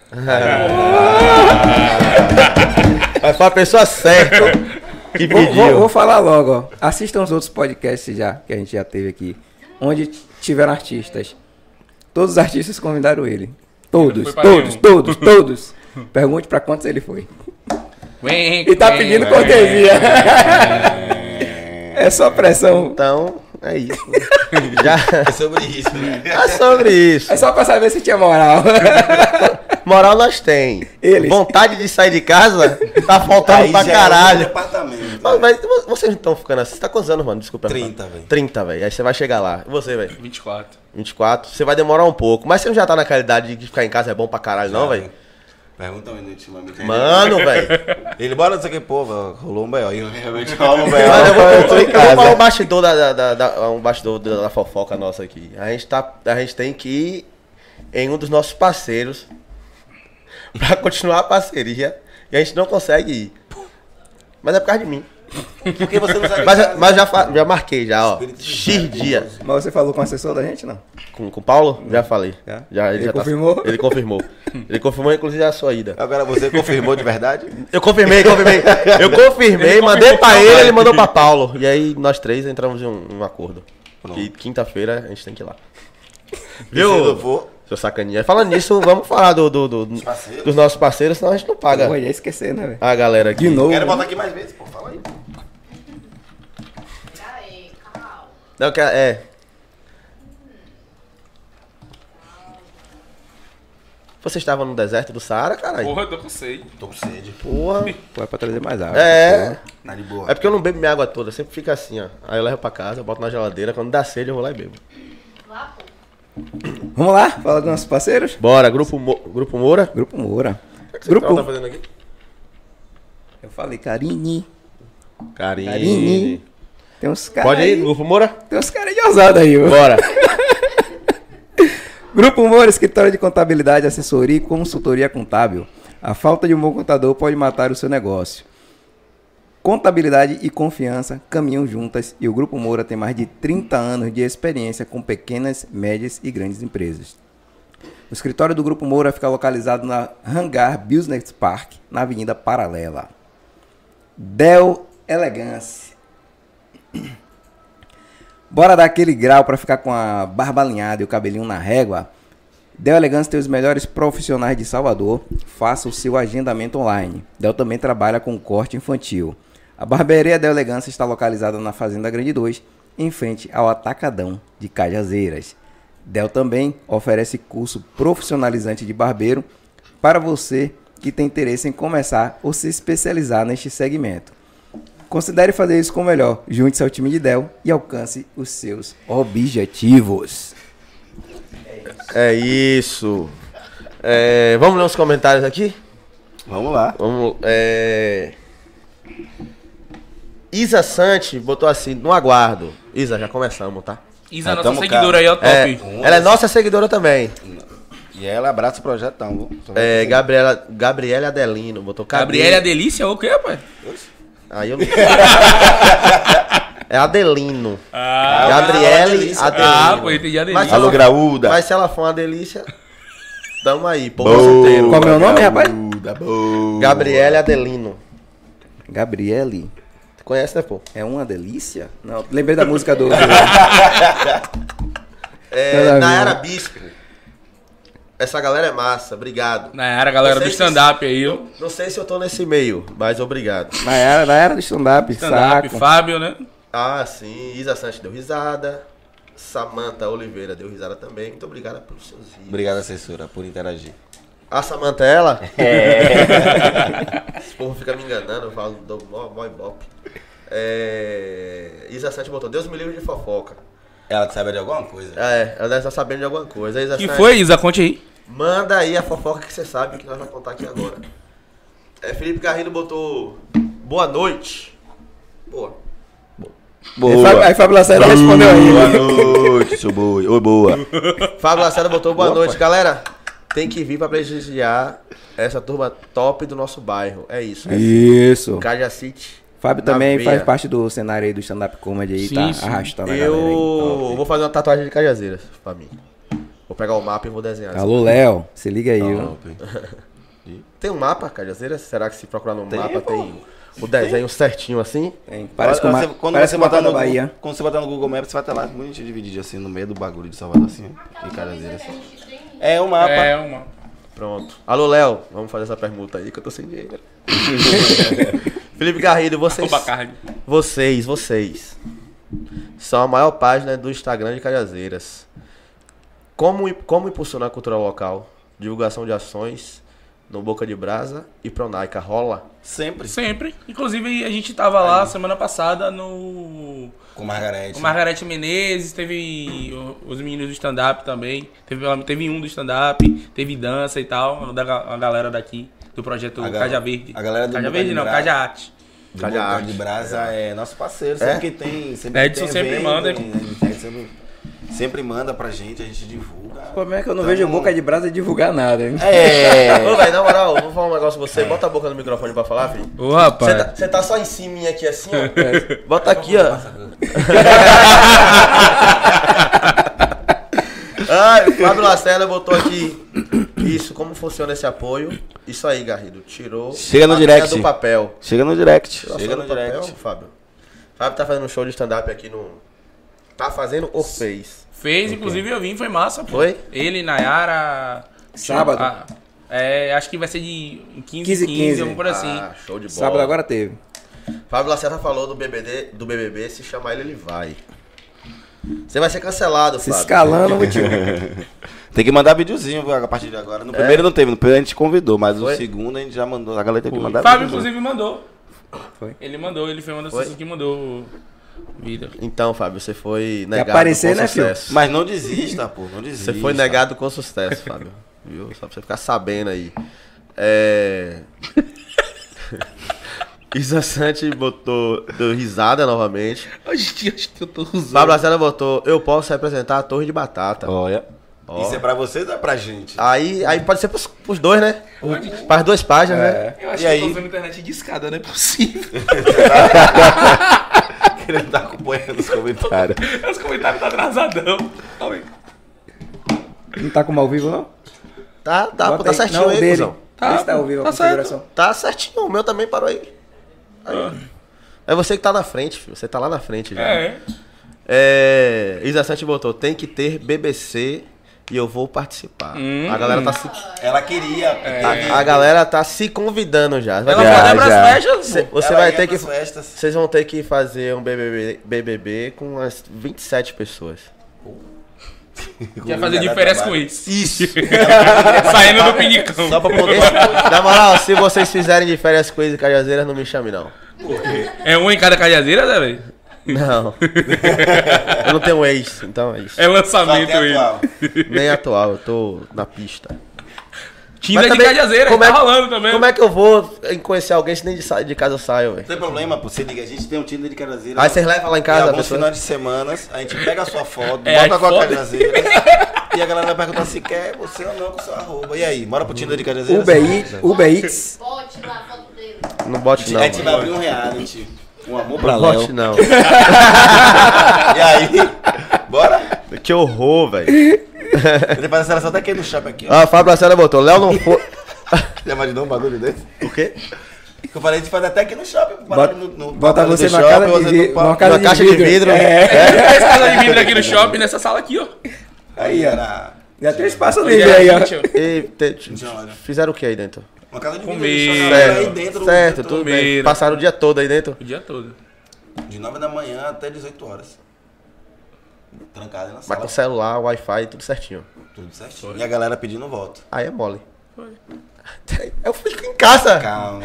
Mas foi a pessoa certa que Vou, pediu. vou- vou falar logo, ó. Assistam os outros podcasts já, que a gente já teve aqui. Onde tiveram artistas. Todos os artistas convidaram ele. Todos, Foi pra todos, nenhum. todos, todos. Pergunte pra quantos ele foi. Vem, E tá vem. pedindo cortesia. É só pressão. Então, é isso. Já É sobre isso, né? é sobre isso. É só pra saber se tinha moral. Moral nós tem. Eles. Vontade de sair de casa tá faltando Aí pra já é caralho. outro departamento. Mas, mas vocês não estão ficando assim. Você tá quantos anos, mano? Desculpa. trinta, velho. trinta, velho. Aí você vai chegar lá. E você, velho? vinte e quatro. vinte e quatro. Você vai demorar um pouco. Mas você não já tá naquela idade de ficar em casa é bom pra caralho, não, velho? Pergunta um minuto, ultimamente. Mano, velho. Ele bora não sei o que, pô, rolou um B O. E realmente rola um B O. Mano, eu vou, eu tô vou- em eu vou falar um casa. bastidor da, da, da, da- um bastidor da, da fofoca nossa aqui. A gente, tá, a gente tem que ir em um dos nossos parceiros pra continuar a parceria. E a gente não consegue ir. Mas é por causa de mim. Porque você não sabe. Mas, mas já, fa- já marquei, já, ó. Espírito X Santo. dia. Mas você falou com o assessor da gente, não? Com, com o Paulo? Já falei. Já? Já, ele, Ele já tá- confirmou? ele confirmou. Ele confirmou, inclusive, a sua ida. Agora você confirmou de verdade? Eu confirmei, confirmei. Eu confirmei, mandei pra ele, ele mandou pra Paulo. E aí nós três entramos em um, um acordo. Pronto. Que quinta-feira a gente tem que ir lá. E se não for, Seu sacaninha. Falando nisso, vamos falar do, do- do- parceiros? dos nossos parceiros, senão a gente não paga Pô, ia esquecer, né, velho? a galera aqui. De novo. quero voltar aqui mais vezes, pô. Fala aí. Aí, calma. Não, que é. Você estava no deserto do Saara, caralho? Porra, eu tô com sede. Tô com sede. Porra. Pô, é pra trazer mais água. É. Tá de boa. É porque eu não bebo minha água toda, sempre fica assim, ó. Aí eu levo pra casa, eu boto na geladeira, quando dá sede eu vou lá e bebo. Lá, pô. Vamos lá, falar dos nossos parceiros? Bora, Grupo, Mo... Grupo Moura. Grupo Moura. O que Grupo. você tá fazendo aqui? Eu falei Carine. Carine. Carine. Tem uns caras. Pode ir, aí- Grupo Moura? Tem uns caras de ousado aí, ó. Bora. Grupo Moura, escritório de contabilidade, assessoria e consultoria contábil. A falta de um bom contador pode matar o seu negócio. Contabilidade e confiança caminham juntas e o Grupo Moura tem mais de trinta anos de experiência com pequenas, médias e grandes empresas. O escritório do Grupo Moura fica localizado na Hangar Business Park, na Avenida Paralela. Del Elegance. Bora dar aquele grau para ficar com a barba alinhada e o cabelinho na régua? Del Elegance tem os melhores profissionais de Salvador. Faça o seu agendamento online. Del também trabalha com corte infantil. A barbearia Del Elegance está localizada na Fazenda Grande dois, em frente ao Atacadão de Cajazeiras. Del também oferece curso profissionalizante de barbeiro para você que tem interesse em começar ou se especializar neste segmento. Considere fazer isso com o melhor. Junte-se ao time de Del e alcance os seus objetivos. É isso. É, vamos ler os comentários aqui? Vamos lá. Vamos. É... Isa Sante botou assim, no aguardo. Isa, já começamos, tá? Isa, Ah, nossa tamo seguidora cá. aí, ó, top. É, ela é nossa seguidora também. E ela abraça o projetão, viu? Só vai É, dizer. Gabriela, Gabriela Adelino botou Gabriela é a delícia ou o quê, rapaz? Aí eu não... É Adelino. Ah, Gabriele Ah, Adelino. ah, pô, entendi a delícia. Mas se Alô, ela- graúda. Mas se ela for uma delícia, tamo aí, povo Boa, solteiro. Qual é o meu nome, rapaz? graúda, boa. Gabriele Adelino. Gabriele, Tu conhece, né, pô? é uma delícia? Não, lembrei da música do... É, Nada a ver. Nayara Bispo. Essa galera é massa, obrigado. Na era, galera do Vocês- stand-up aí, ó. Não sei se eu tô nesse meio, mas obrigado. Na era, na era do stand-up, Stand-up, saco. Fábio, né? Ah, sim. Isa Santos deu risada. Samanta Oliveira deu risada também. Muito obrigada pelos seus rios. Obrigado, assessora, por interagir. A Samanta é ela? É. Esse povo fica me enganando, eu falo do mó, mó ibope. É... Isa Santos botou, Deus me livre de fofoca. Ela sabe de alguma coisa? É, ela deve estar sabendo de alguma coisa. Isa Que Santos, foi, Isa? Conte aí. manda aí a fofoca que você sabe que nós vamos contar aqui agora. É, Felipe Garrido botou, boa noite. Boa. Aí Fábio- Aí Fábio Lacerda respondeu aí. Boa noite, seu boi. Oi, boa. Fábio Lacerda botou boa Opa. noite. Galera, tem que vir pra prestigiar essa turma top do nosso bairro. É isso. Isso. Caja City. Fábio na também veia. faz parte do cenário aí do stand-up comedy aí, Sim, tá sim. arrastando a Eu galera aí. vou fazer uma tatuagem de Cajazeiras pra mim. Vou pegar o mapa e vou desenhar. Alô, Léo, se liga aí. ó. Tem um mapa, Cajazeiras? Será que se procurar no Tem, mapa pô. tem o desenho certinho assim? Tem. Parece com Quando uma, você- quando parece você com uma botar da no Bahia. Google, quando você botar no Google Maps, você vai ter lá muito dividido assim no meio do bagulho de Salvador assim, em Cajazeiras. É o mapa. É, uma. Pronto. Alô, Léo, vamos fazer essa permuta aí que eu tô sem dinheiro. Felipe Garrido, vocês. Rouba carne. Vocês, vocês. São a maior página do Instagram de Cajazeiras. Como, como impulsionar a cultura local? Divulgação de ações no Boca de Brasa e Pronaica. Rola? Sempre. Sempre. Inclusive, a gente tava lá semana passada no... Com Margarete. O Margarete Menezes, teve o- os meninos do stand-up também. Teve, teve um do stand-up, teve dança e tal, da ga- a galera daqui, do projeto A gal- Caja Verde. a galera do Caja Boca Verde de não, Brasa. Caja Arte. Do Cadê a Boca arte? de Brasa é nosso parceiro, É? sempre que tem. Sempre É, que Edson tem sempre evento, manda. a gente sempre, sempre manda pra gente, a gente divulga. O problema é que eu não vejo Boca de Brasa divulgar nada, hein? É. Ô, velho, na moral, vou falar um negócio pra você. Bota a boca no microfone pra falar, filho. Ô, rapaz. Você tá, você tá só em cima aqui assim, ó. Bota aqui, ó. Ai, o Fábio Lacerda botou aqui. Isso, como funciona esse apoio? Isso aí, Garrido. Tirou. Chega no a direct. linha do papel. Chega no direct. Tirou a Chega sua no do papel, direct. Fábio. Fábio tá fazendo um show de stand-up aqui no. Tá fazendo ou fez? Fez, inclusive eu vim, foi massa, pô. Foi? Ele, Nayara... Sábado. Ah, é, acho que vai ser de quinze, quinze, quinze, quinze. alguma coisa assim. Ah, show de bola. Sábado agora teve. Fábio Lacerda falou do B B D, do B B B, se chamar ele, ele vai. Você vai ser cancelado, Se Fábio. escalando, vou te... Tem que mandar videozinho viu, a partir de agora. No É? primeiro não teve, no primeiro a gente convidou, mas Foi? no segundo a gente já mandou. A galera tem que Foi. mandar Fábio, videozinho. inclusive, mandou. Foi. Ele mandou, ele foi uma das Foi? pessoas que mandou vida. Então, Fábio, você foi negado aparecer, com né, filho? sucesso. Mas não desista, pô, não desista. Você foi negado com sucesso, Fábio. Viu? Só pra você ficar sabendo aí. É... Isa Sante botou deu risada novamente. Acho que eu tô usando. Fábio Lacerda botou, eu posso representar a Torre de Batata. Olha. Ó. Isso é pra vocês ou é pra gente? Aí, aí pode ser pros, pros dois, né? Para as duas páginas, né? Eu acho E que aí? eu tô usando internet de escada, não é possível. Ele não tá acompanhando os comentários. Os comentários tá atrasadão. Calma aí. Não tá como ao vivo, não? Tá, tá, pô, Bota tá aí. certinho Não, aí, dele. cuzão. Vê se tá ao vivo a tá configuração. certo. Tá certinho, o meu também parou aí. Aí. É você que tá na frente, filho. Você tá lá na frente já. É. É. Isa Sante botou, tem que ter B B C e eu vou participar. Hum. A galera tá se. Ela queria. A, a galera tá se convidando já. Vai Ela ter- vai Já, dar pras já. festas, Cê- pô. você Ela vai ia ter que. pras festas. Vocês vão ter que fazer um B B B, B B B com umas vinte e sete pessoas. Quer fazer de férias com isso. Isso! Saindo do pinicão. Só pra poder. Na moral, se vocês fizerem de férias com e Cajazeiras, não me chame não. É um em cada cajazeira, né, velho? Não. Eu não tenho ex, então é isso. É lançamento Só tem ele. atual. Nem atual, eu tô na pista. Tinder Mas de também, cajazeira, como tá é que- rolando também. Como é que eu vou em conhecer alguém se nem de, sa- de casa eu saio, velho? Não tem problema, pô. Você liga, a gente tem um Tinder de cajazeira. Aí vocês levam lá em Em casa a alguns pessoa. finais de semanas, a gente pega a sua foto, É, bota com a foda. cajazeira e a galera vai perguntar se quer você ou não com seu arroba. E aí, bora pro Tinder de cajazeira? Uber Eats, Uber Eats. Bote lá a foto dele. Não bote não. A gente vai mano. abrir um reality. Um amor pra Não Léo. bote não. E aí, bora? Que horror, velho. Ele faz a seleção até aqui no shopping aqui, ó. Ah, Fábio Lacerda botou. Léo não foi. Já imaginou um bagulho desse? O quê? Que eu falei de fazer até aqui no shopping. Bota, no, no, bota no você do numa shopping, casa de, você vi- no- numa casa numa de caixa de vidro. vidro. É. Tem casa de vidro aqui no shopping, nessa sala aqui, ó. Aí era Já tem espaço livre aí, ó. E, te- Olha. fizeram o que aí dentro? uma casa de Comer. vidro. só que aí Certo, dentro, certo, dentro- tudo bem. Comer. Passaram o dia todo aí dentro? O dia todo. De nove da manhã até dezoito horas. Trancado aí na Mas sala. com celular, Wi-Fi, tudo certinho. Tudo certinho. E a galera pedindo voto. Aí é mole. Eu fico em casa. Calma.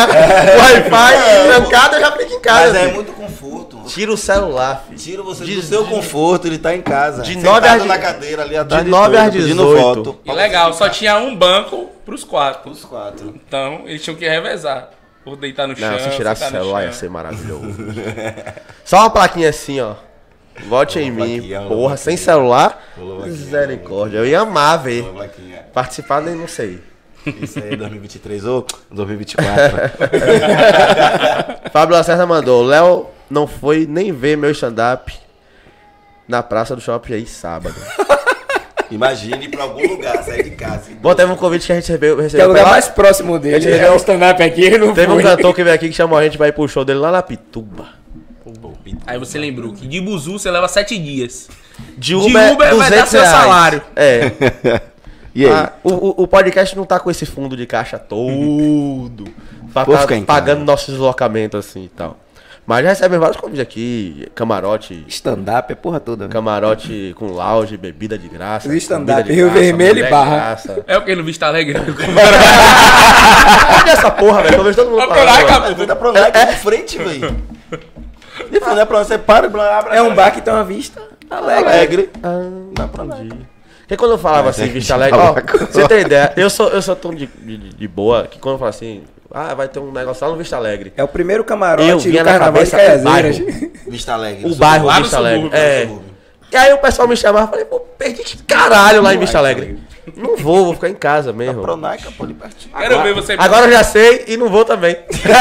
Wi-Fi, trancado, eu já fico em casa. Mas é filho. muito conforto. Tira o celular, filho. Tira você De- do seu conforto, ele tá em casa. de sentado nove às- na cadeira ali atrás de nove às pedindo dezoito. voto. E legal, só tinha um banco pros quatro. Os quatro. Então, eles tinham que revezar. Ou deitar no chão. Não, se tirasse o sentar no celular ia chão. ser maravilhoso. Só uma plaquinha assim, ó. Vote em Uma mim. plaquinha, uma Porra, plaquinha. sem celular? Rolou plaquinha, Misericórdia. Eu ia amar ver. Uma plaquinha. Participar, nem não sei. Isso aí é dois mil e vinte e três ou dois mil e vinte e quatro. Fábio Lacerda mandou. Léo não foi nem ver meu stand-up na praça do shopping aí sábado. Imagine ir pra algum lugar, sair de casa. Bom, teve um convite que a gente recebeu. Que é recebeu o lugar pra lá. mais próximo dele. Ele É o stand-up aqui, ele não Teve um foi. cantor que veio aqui que chamou a gente pra ir pro show dele lá na Pituba. Aí você lembrou que de buzu você leva sete dias. De Uber vai dar duzentos seu reais. salário. É. E aí? Ah, o, o- o podcast não tá com esse fundo de caixa todo. Pra Vou tá ficar em pagando casa. nossos deslocamentos assim e tal. Mas já recebem vários convites aqui. Camarote. Stand-up é porra toda. velho. Camarote com lounge, bebida de graça. O stand-up, comida de Rio graça, Vermelho e mulher de Barra. graça. É o que no Vista Alegre. Olha essa porra, velho. Eu vejo todo mundo Ó, falando. pra lá, agora. acabou. Você tá pro lado aqui de frente, velho. De frente, é pra onde você para e abre. É um bar que tem uma vista alegre. Alegre. Ah, Dá pra lá. Porque quando eu falava assim, Mas é Vista que Alegre, ó, fala com- você tem ideia, eu sou, eu sou tão de, de, de boa que quando eu falo assim, ah, vai ter um negócio lá no Vista Alegre. É o primeiro Eu camarote vinha do na Carnaval de cabeça o Caiazeiras. Vista Alegre. O bairro lá no Vista Alegre. subúrbio, É. E aí o pessoal me chamava e falei, pô, perdi que caralho lá em Vista Alegre. Não vou, vou ficar em casa mesmo. Pronaica, pô, ali pertinho. Quero ver você. Agora eu já sei e não vou também.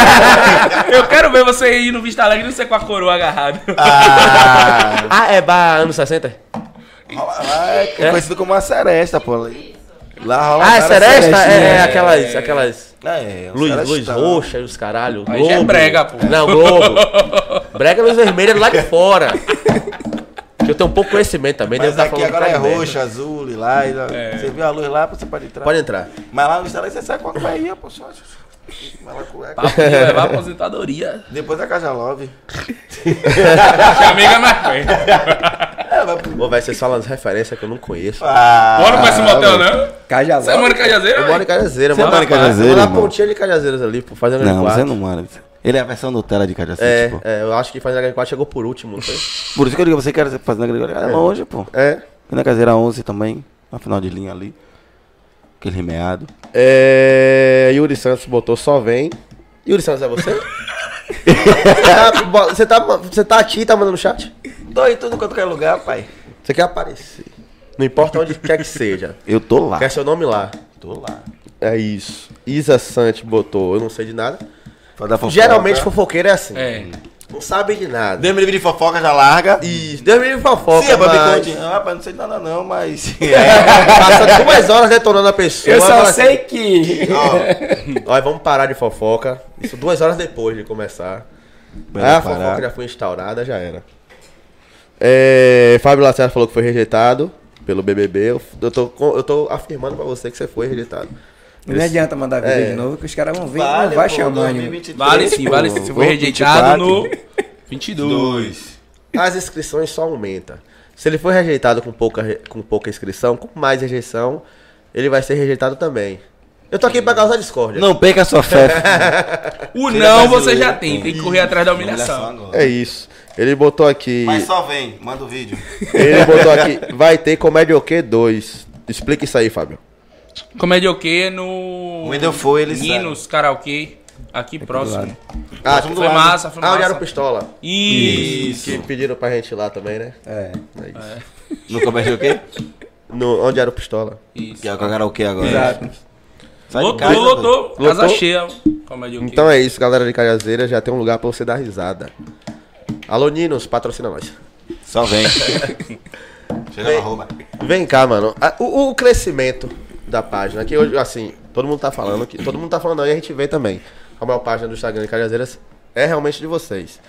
Eu quero ver você ir no Vista Alegre e não ser com a coroa agarrada. Ah, Ah, é bar anos sessenta? lá é conhecido como uma seresta, pô. ali. Lá rola Ah, é várias seresta? serestinhas. É, é aquelas, aquelas É, um luz, luz serestão. roxa e os caralho. Aí já é Globo. brega, pô. Não, Globo. Brega luz vermelha lá de fora. Que eu tenho um pouco de conhecimento também. Mas devo tá aqui falando agora é um bocado de roxo, azul, lilás. Você viu a luz lá, você pode entrar. merda. Pode entrar. Mas lá no Instagram você sai com a cueca, pô. Só. Vai lá, cueca. Papo de levar a aposentadoria. Depois da Caja Love. Que amiga é mais perto. É, vai pro... Pô, vai ser só umas referências que eu não conheço. Ah, Bora pra esse motel, não? Cajazeiras. Você mora em Cajazeira? Eu moro em Cajazeira, Você moro mora em na- Cajazeira, eu moro na irmão? pontinha de Cajazeiras ali, pô, fazendo Não, quatro. você não mora. Ele é a versão Nutella de Cajacete, É, pô. é, eu acho que fazendo H quatro chegou por último, não foi? Por isso que eu digo, você quer fazer na Gregório. É longe, pô. É. E na caseira onze também, na final de linha ali. Aquele remeado. É. Yuri Santos botou só vem. Yuri Santos é você? você, tá, bo- você, tá, você tá aqui, tá mandando no chat? Tô em tudo quanto quer lugar, pai. Você quer aparecer. Não importa onde quer que seja. Eu tô lá. Quer seu nome lá. Tô lá. É isso. Isa Sante botou, eu não sei de nada. Pra dar fofoca. Geralmente fofoqueiro é assim. É. Não sabe de nada. Deus me livre de fofoca, já larga. Isso, Deus me livre de fofoca. Sim, é mas... Babiconte. Ah, rapaz, não sei de nada não, mas... Passa duas horas detonando a pessoa. Eu só fala sei que. assim, Ó, vamos parar de fofoca. Isso duas horas depois de começar. Vai Aí a parar. fofoca já foi instaurada, já era. É, Fábio Lacerda falou que foi rejeitado pelo B B B. Eu, eu, tô, com- eu tô afirmando pra você que você foi rejeitado. Não adianta mandar vídeo É. de novo, que os caras vão ver e não vai chamar nenhum. Vale sim, vale sim. Você foi rejeitado no vinte e dois. As inscrições só aumentam. Se ele for rejeitado com pouca, re- com pouca inscrição, com mais rejeição, ele vai ser rejeitado também. Eu tô aqui pra causar discórdia. Não perca a sua fé. O Seja não você brasileiro, já tem, pô. tem que correr atrás da humilhação. agora. É isso. Ele botou aqui. Mas só vem, manda o vídeo. Ele botou aqui. Vai ter Comédia o quê? dois. Explica isso aí, Fábio. Comédia o quê? No. O Wendel foi, ele Ninos, karaokê. Aqui próximo. Ah, Próximo do Foi lado. massa, foi Ah, onde era o massa. Pistola. Isso. Que pediram pra gente ir lá também, né? É. É isso. No começo o quê? No, onde era o Pistola? Isso. Que é o karaokê agora. Exato. Sai de Lotou, casa, lotou. Lotou? Casa cheia. Comédia o quê? Então é isso, galera de Cajazeira. Já tem um lugar pra você dar risada. Alô, Ninos, patrocina nós. Só vem. Chega na arroba. Vem cá, mano. A- O, o crescimento da página, que hoje, assim, todo mundo tá falando, que todo mundo tá falando, e a gente vê também. A maior página do Instagram de Cajazeiras é realmente de vocês.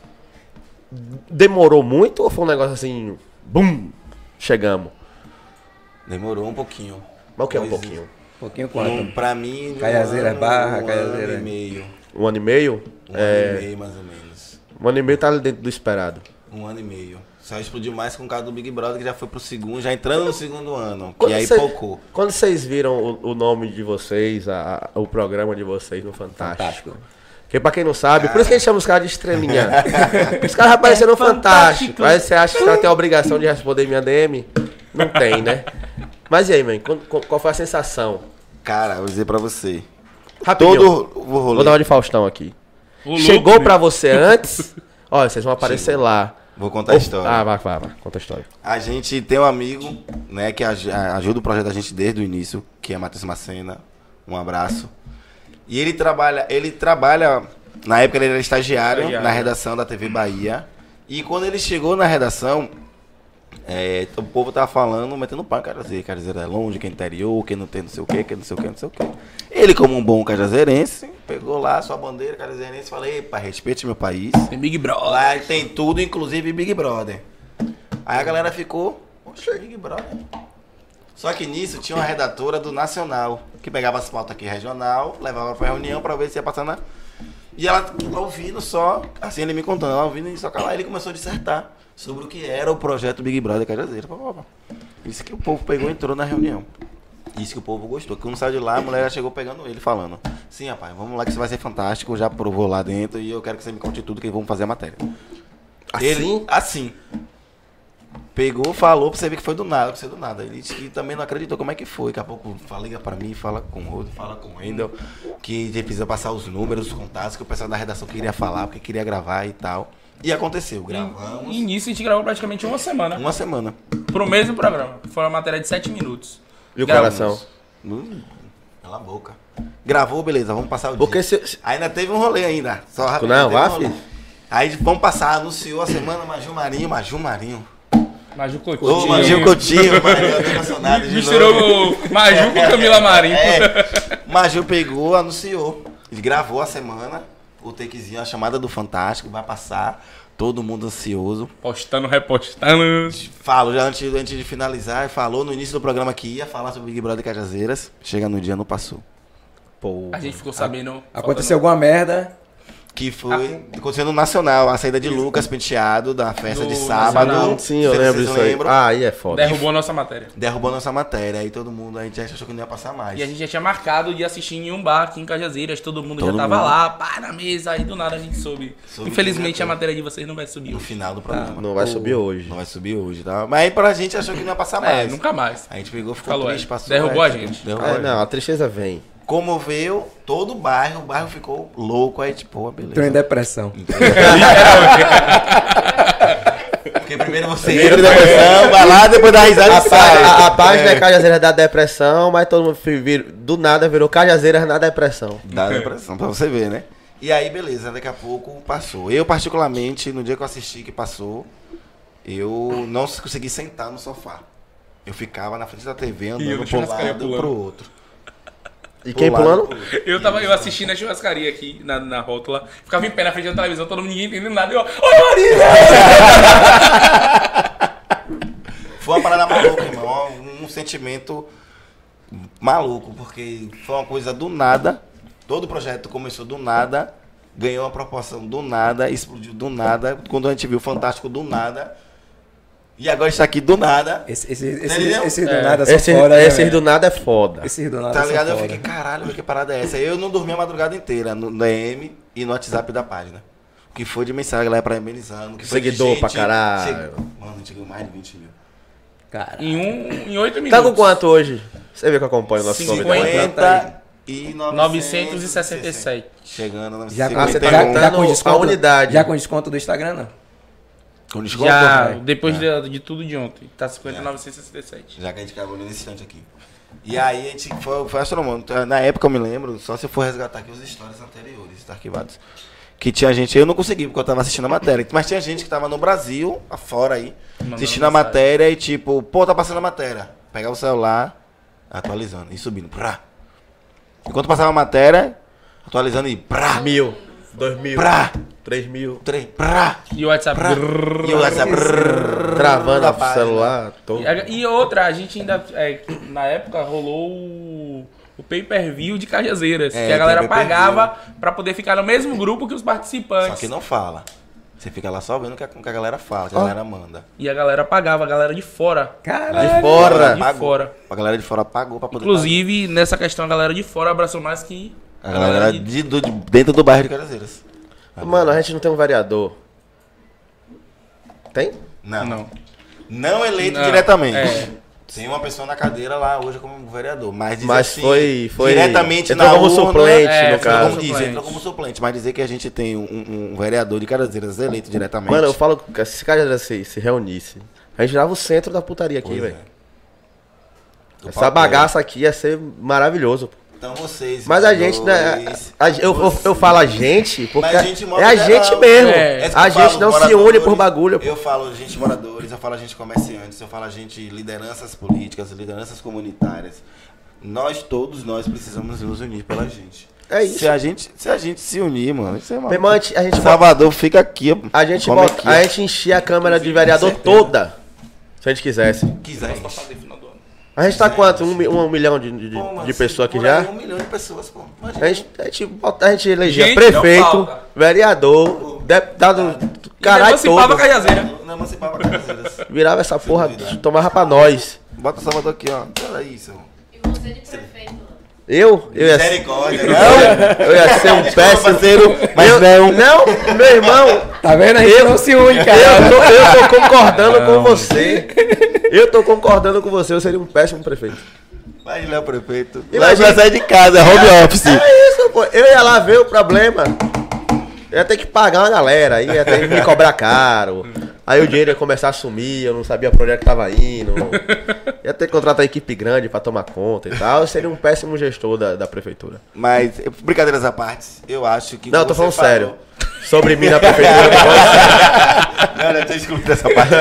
Demorou muito ou foi um negócio assim, bum, chegamos? Demorou um pouquinho. Mas o que é um Pois pouquinho? Um pouquinho Um, quanto? pra mim, de um Caiazeira ano, barra, um Caiazeira. ano e meio. Um ano e meio? Um é, ano e meio, mais ou menos. um ano e meio tá ali dentro do esperado. Um ano e meio. Só explodiu mais com o caso do Big Brother, que já foi pro segundo, já entrando no segundo ano. Quando e aí cê- poucou. Quando vocês viram o, o nome de vocês, a- a- o programa de vocês no Fantástico. Fantástico. Porque pra quem não sabe, por isso que a gente chama os caras de estrelinha. Os caras apareceram no Fantástico. Aí você acha que os caras têm a obrigação de responder minha D M? Não tem, né? Mas e aí, mãe? Qual, qual- qual foi a sensação? Cara, vou dizer pra você. Rapidinho. Todo o rolê. Vou dar uma de Faustão aqui. O Chegou louco, pra né? você antes? Olha, vocês vão aparecer lá. Vou contar a história. Ah, vai, vai, vai. Conta a história. A gente tem um amigo, né, que aj- ajuda o projeto da gente desde o início, que é Matheus Macena. Um abraço. E ele trabalha, ele trabalha, na época ele era estagiário, Estagiário. na redação da T V Bahia. E quando ele chegou na redação, É, o povo tava falando, metendo pau em Cajazeiras. Cajazeiras é longe, que é interior, que não tem não sei o que, que não sei o que, não sei o que. Ele, como um bom cajazeirense, pegou lá sua bandeira cajazeirense e falei, epa, respeite meu país. Tem Big Brother. Lá tem tudo, inclusive Big Brother. Aí a galera ficou, poxa, Big Brother. Só que nisso tinha uma redatora do Nacional, que pegava as pautas aqui regional, levava pra reunião pra ver se ia passar na... E ela ouvindo só, assim ele me contando, ela ouvindo e só que lá ele começou a dissertar sobre o que era o projeto Big Brother Cajazeiras. Isso que o povo pegou e entrou na reunião. Isso que o povo gostou. Quando saiu de lá, a mulher já chegou pegando ele, falando: sim, rapaz, vamos lá que isso vai ser fantástico. Já provou lá dentro e eu quero que você me conte tudo que vamos fazer a matéria. Assim? Ele, assim. Pegou, falou pra você ver que foi do nada, que foi do nada. Ele disse que também não acreditou como é que foi. Daqui a pouco fala, liga pra mim, fala com o Rodo, fala com o Wendel, que ele precisa passar os números, os contatos, que o pessoal da redação queria falar, porque queria gravar e tal. E aconteceu, gravamos. E início a gente gravou praticamente uma semana. Uma semana. Pro mesmo programa. Foi uma matéria de sete minutos. E o Gravamos. coração? Hum, Cala a boca. Gravou, beleza, vamos passar o Porque dia. se... Ainda teve um rolê ainda. Só rapidinho, Não, teve um vá, rolê. filho. Aí vamos passar, anunciou a semana Maju Marinho, Maju Marinho. Maju Coutinho. Ô, Maju Coutinho, Marinho, eu tô emocionado de Misturou novo. o Maju com Camila Marinho. É, Maju pegou, anunciou. Ele gravou a semana, o takezinho, a chamada do Fantástico, vai passar. Todo mundo ansioso. Postando, repostando. Falo já antes, antes de finalizar, falou no início do programa que ia falar sobre Big Brother Cajazeiras. Chega no dia, não passou. Pô, A gente ficou sabendo. Aconteceu alguma merda. Que foi acontecendo no Nacional, a saída de Lucas Penteado da festa Do de sábado. Nacional. sim, eu Vocês lembro disso aí. lembram? Ah, aí é foda. Derrubou a nossa matéria. Derrubou nossa matéria. Aí todo mundo, a gente achou que não ia passar mais. E a gente já tinha marcado de assistir em um bar aqui em Cajazeiras. Todo mundo Todo já tava mundo. lá, pá, na mesa. Aí do nada a gente soube. Soube Infelizmente que a ia ter. matéria de vocês não vai subir No hoje. final do programa. Não vai subir hoje. Não vai subir hoje, tá? Mas aí pra gente achou que não ia passar mais. É, nunca mais. A gente pegou, ficou Falou, triste, é. passou. Derrubou é, a gente. Derrubou Ah, a não, gente. a tristeza vem. Comoveu todo o bairro, o bairro ficou louco, aí tipo, pô, beleza. Entrou em depressão. Porque primeiro você entra em depressão, vai lá, depois dá risada A, e sai. pá- a, a página é Cajazeiras da depressão, mas todo mundo fi- vir- do nada virou Cajazeiras na depressão. Dá depressão pra você ver, né? E aí, beleza, daqui a pouco passou. Eu, particularmente, no dia que eu assisti que passou, eu não consegui sentar no sofá. Eu ficava na frente da T V E eu andando no pro churrascaria lado pulando. pro outro. E quem Pro lado, pulando? pro outro. Eu tava eu assistindo a churrascaria aqui na, na rótula. Ficava em pé na frente da televisão, todo mundo ninguém entendendo nada. Eu, oi, Maria! Foi uma parada maluca, irmão. Um, um sentimento maluco, porque foi uma coisa do nada. Todo o projeto começou do nada, ganhou uma proporção do nada, explodiu do nada. Quando a gente viu o Fantástico do nada. E agora está aqui do nada. Esse, esse, esse, Entendeu? esses do É. nada são Esse, foda, né, esses velho? do nada é foda. Esses do nada Tá são ligado? Eu foda. fiquei, caralho, que parada é essa? Eu não dormi a madrugada inteira no D M e no WhatsApp da página. O que foi de mensagem lá pra amenizando. Que foi de Seguidor gente- pra caralho. Che- Mano, a gente ganhou mais de vinte mil. Cara, Em um, em oito minutos. Tá com quanto hoje? Você vê que acompanha o nosso Cinquenta. convidado. cinquenta e novecentos e sessenta e sete. Chegando a já, Ah, você tá já, contando já com a desconto, unidade. Já com desconto do Instagram, não? Com desconto, Já, né? depois É. de, de tudo de ontem. Tá cinquenta e novecentos e sessenta e sete. Já que a gente acabou nesse instante aqui. E aí a gente foi, foi astronômico. Na época eu me lembro, só se eu for resgatar aqui os stories anteriores, tá arquivados. Que tinha gente, eu não consegui porque eu tava assistindo a matéria, mas tinha gente que tava no Brasil, afora aí, Mandando assistindo a mensagem. matéria e tipo, pô, tá passando a matéria. Pegava o celular, atualizando e subindo. Prá. Enquanto passava a matéria, atualizando e prá, Mil, dois mil, prá, três mil. três, prá, E o WhatsApp. prá. E o WhatsApp brrr, Travando da o página. celular todo. E, a- e outra, a gente ainda. é, na época rolou o, o pay-per-view de Cajazeiras. É, que a galera tem pay-per-view. pagava pra poder ficar no mesmo grupo que os Só participantes. que não fala. Você fica lá só vendo o que a, o que a galera fala, o que a galera manda. E a galera pagava, a galera de fora. Caralho. De fora. De Pagou. fora. A galera de fora pagou pra poder Inclusive, nessa questão, a galera de fora abraçou mais que pagar. A galera de, do- de dentro do bairro de Cajazeiras. Mano, a gente não tem um vereador. Tem? Não. Não, Não. eleito Não, diretamente. é. Tem uma pessoa na cadeira lá hoje como vereador. Mas dizer Mas assim, foi, foi. diretamente entrou na como urna, suplente, é, no foi Entrou caso. como, isso, suplente. entrou como suplente. Mas dizer que a gente tem um, um- um vereador de Cajazeiras eleito diretamente. Mano, eu falo que se Cajazeiras se, se reunisse, a gente dava o centro da putaria aqui, Pois velho. é. Do Essa papel. bagaça aqui ia ser maravilhoso. Pô. Então vocês... Mas a gente, né? dois, a- eu, eu, eu falo a gente, porque Mas a gente é a geral. gente mesmo. É. É isso que A eu gente falo, não se moradores, une por bagulho. pô. Eu falo gente moradores, eu falo a gente comerciantes, eu falo a gente lideranças políticas, lideranças comunitárias. Nós, todos nós, precisamos nos unir pela gente. É isso. Se a gente se, a gente se unir, mano, isso é Meu irmão, a gente, a gente bota- Salvador fica aqui, ó. a gente, come bota- aqui, a gente enchia a Câmara de Vereador certeza. toda. Se a gente quisesse. quiser. A gente tá quanto? Um, mi- um milhão de, de, Pô, mano, de pessoas aqui por já? aí, Um milhão de pessoas, pô. Imagina. A gente, a gente, bota- a gente elegia Gente, prefeito, não falta. vereador, deputado, caralho Emancipava todo. Cajazeira. Não emancipava Cajazeiras. Virava essa porra, tomava pra nós. Bota o Salvador aqui, ó. Olha isso. E você de prefeito, lá. Eu? Eu ia, Misericórdia. não, eu ia ser um péssimo. parceiro, mas eu, não. Não, meu irmão, Tá vendo? A gente não se une, cara. eu tô, eu tô concordando com você. Eu tô concordando com você, eu seria um péssimo prefeito. Vai, Léo, prefeito. Imagina- Vai sair de casa, é home office. É isso, pô. Eu ia lá ver o problema. Eu ia ter que pagar uma galera, aí ia ter que me cobrar caro. Aí o dinheiro ia começar a sumir, eu não sabia pra onde é que tava indo. Ia ter que contratar equipe grande pra tomar conta e tal. Eu seria um péssimo gestor da, da prefeitura. Mas, brincadeiras à parte, eu acho que. Não, eu tô você falando falou- sério. Sobre mim na prefeitura. Não, não, tô excluindo essa parte.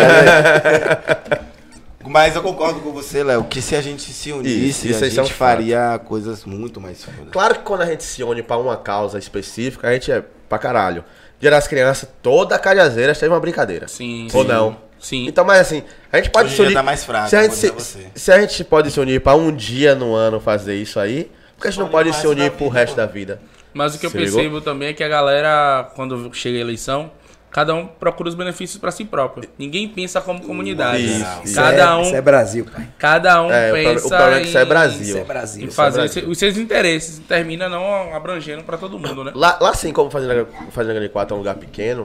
né? Mas eu concordo com você, Léo, que se a gente se unisse, Isso, isso a aí são gente fatos. faria coisas muito mais fodas. Claro que quando a gente se une pra uma causa específica, a gente é pra caralho. Dia das Crianças, toda a Cajazeira teve uma brincadeira. Sim. Ou sim. não. Sim. Então, mas assim, a gente pode Hoje se em dia unir. tá mais fraco, se, a vou gente dizer se, a você. se a gente pode se unir pra um dia no ano fazer isso aí, por que a gente não Pode pode pro se resto unir da pro vida, resto pô. da vida? Mas o que eu Se percebo ligou? também é que a galera, quando chega a eleição, cada um procura os benefícios pra si próprio. Ninguém pensa como comunidade. Isso, isso. Cada um, Isso é Brasil, pai. cada um É, o pro- pensa o problema é que isso é em- Brasil. Isso é Brasil. em Isso é fazer Brasil. os- os seus interesses. Termina não abrangendo pra todo mundo, né? Lá, lá sim, como Fazenda, Fazenda Grande quatro é um lugar pequeno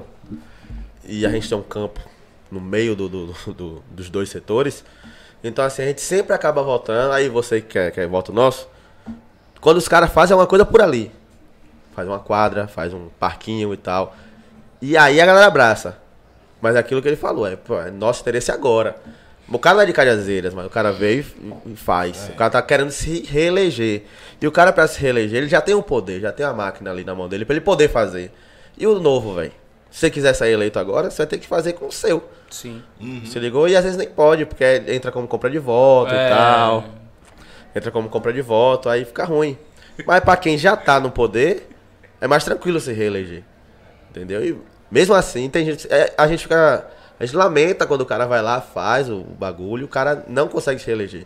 e a gente tem um campo no meio do, do- do- dos dois setores, então assim, a gente sempre acaba voltando. Aí você que quer, quer voto nosso, quando os caras fazem uma coisa por ali, faz uma quadra, faz um parquinho e tal, e aí a galera abraça. Mas é aquilo que ele falou, é, pô, é nosso interesse agora. O cara não é de Cajazeiras, mas o cara veio e e faz. O cara tá querendo se reeleger. E o cara, pra se reeleger, ele já tem o poder, já tem a máquina ali na mão dele pra ele poder fazer. E o novo, velho? Se você quiser sair eleito agora, você vai ter que fazer com o seu. Sim. Se ligou? E às vezes nem pode, porque entra como compra de voto É. e tal. Entra como compra de voto, aí fica ruim. Mas pra quem já tá no poder, é mais tranquilo se reeleger. Entendeu? E mesmo assim, tem gente. é, a gente fica. A gente lamenta quando o cara vai lá, faz o bagulho, e o cara não consegue se reeleger.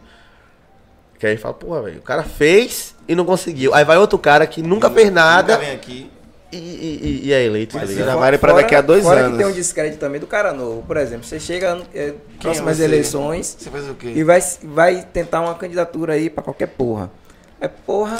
Que aí fala, porra, velho, o cara fez e não conseguiu. Aí vai outro cara que nunca fez nada Nunca vem aqui. e, e- e é eleito, tá Mas ligado? já vale pra daqui a dois fora anos. que tem um descrédito também do cara novo. Por exemplo, você chega é, próximas você? eleições Você faz o quê? e vai, vai tentar uma candidatura aí pra qualquer porra. É porra.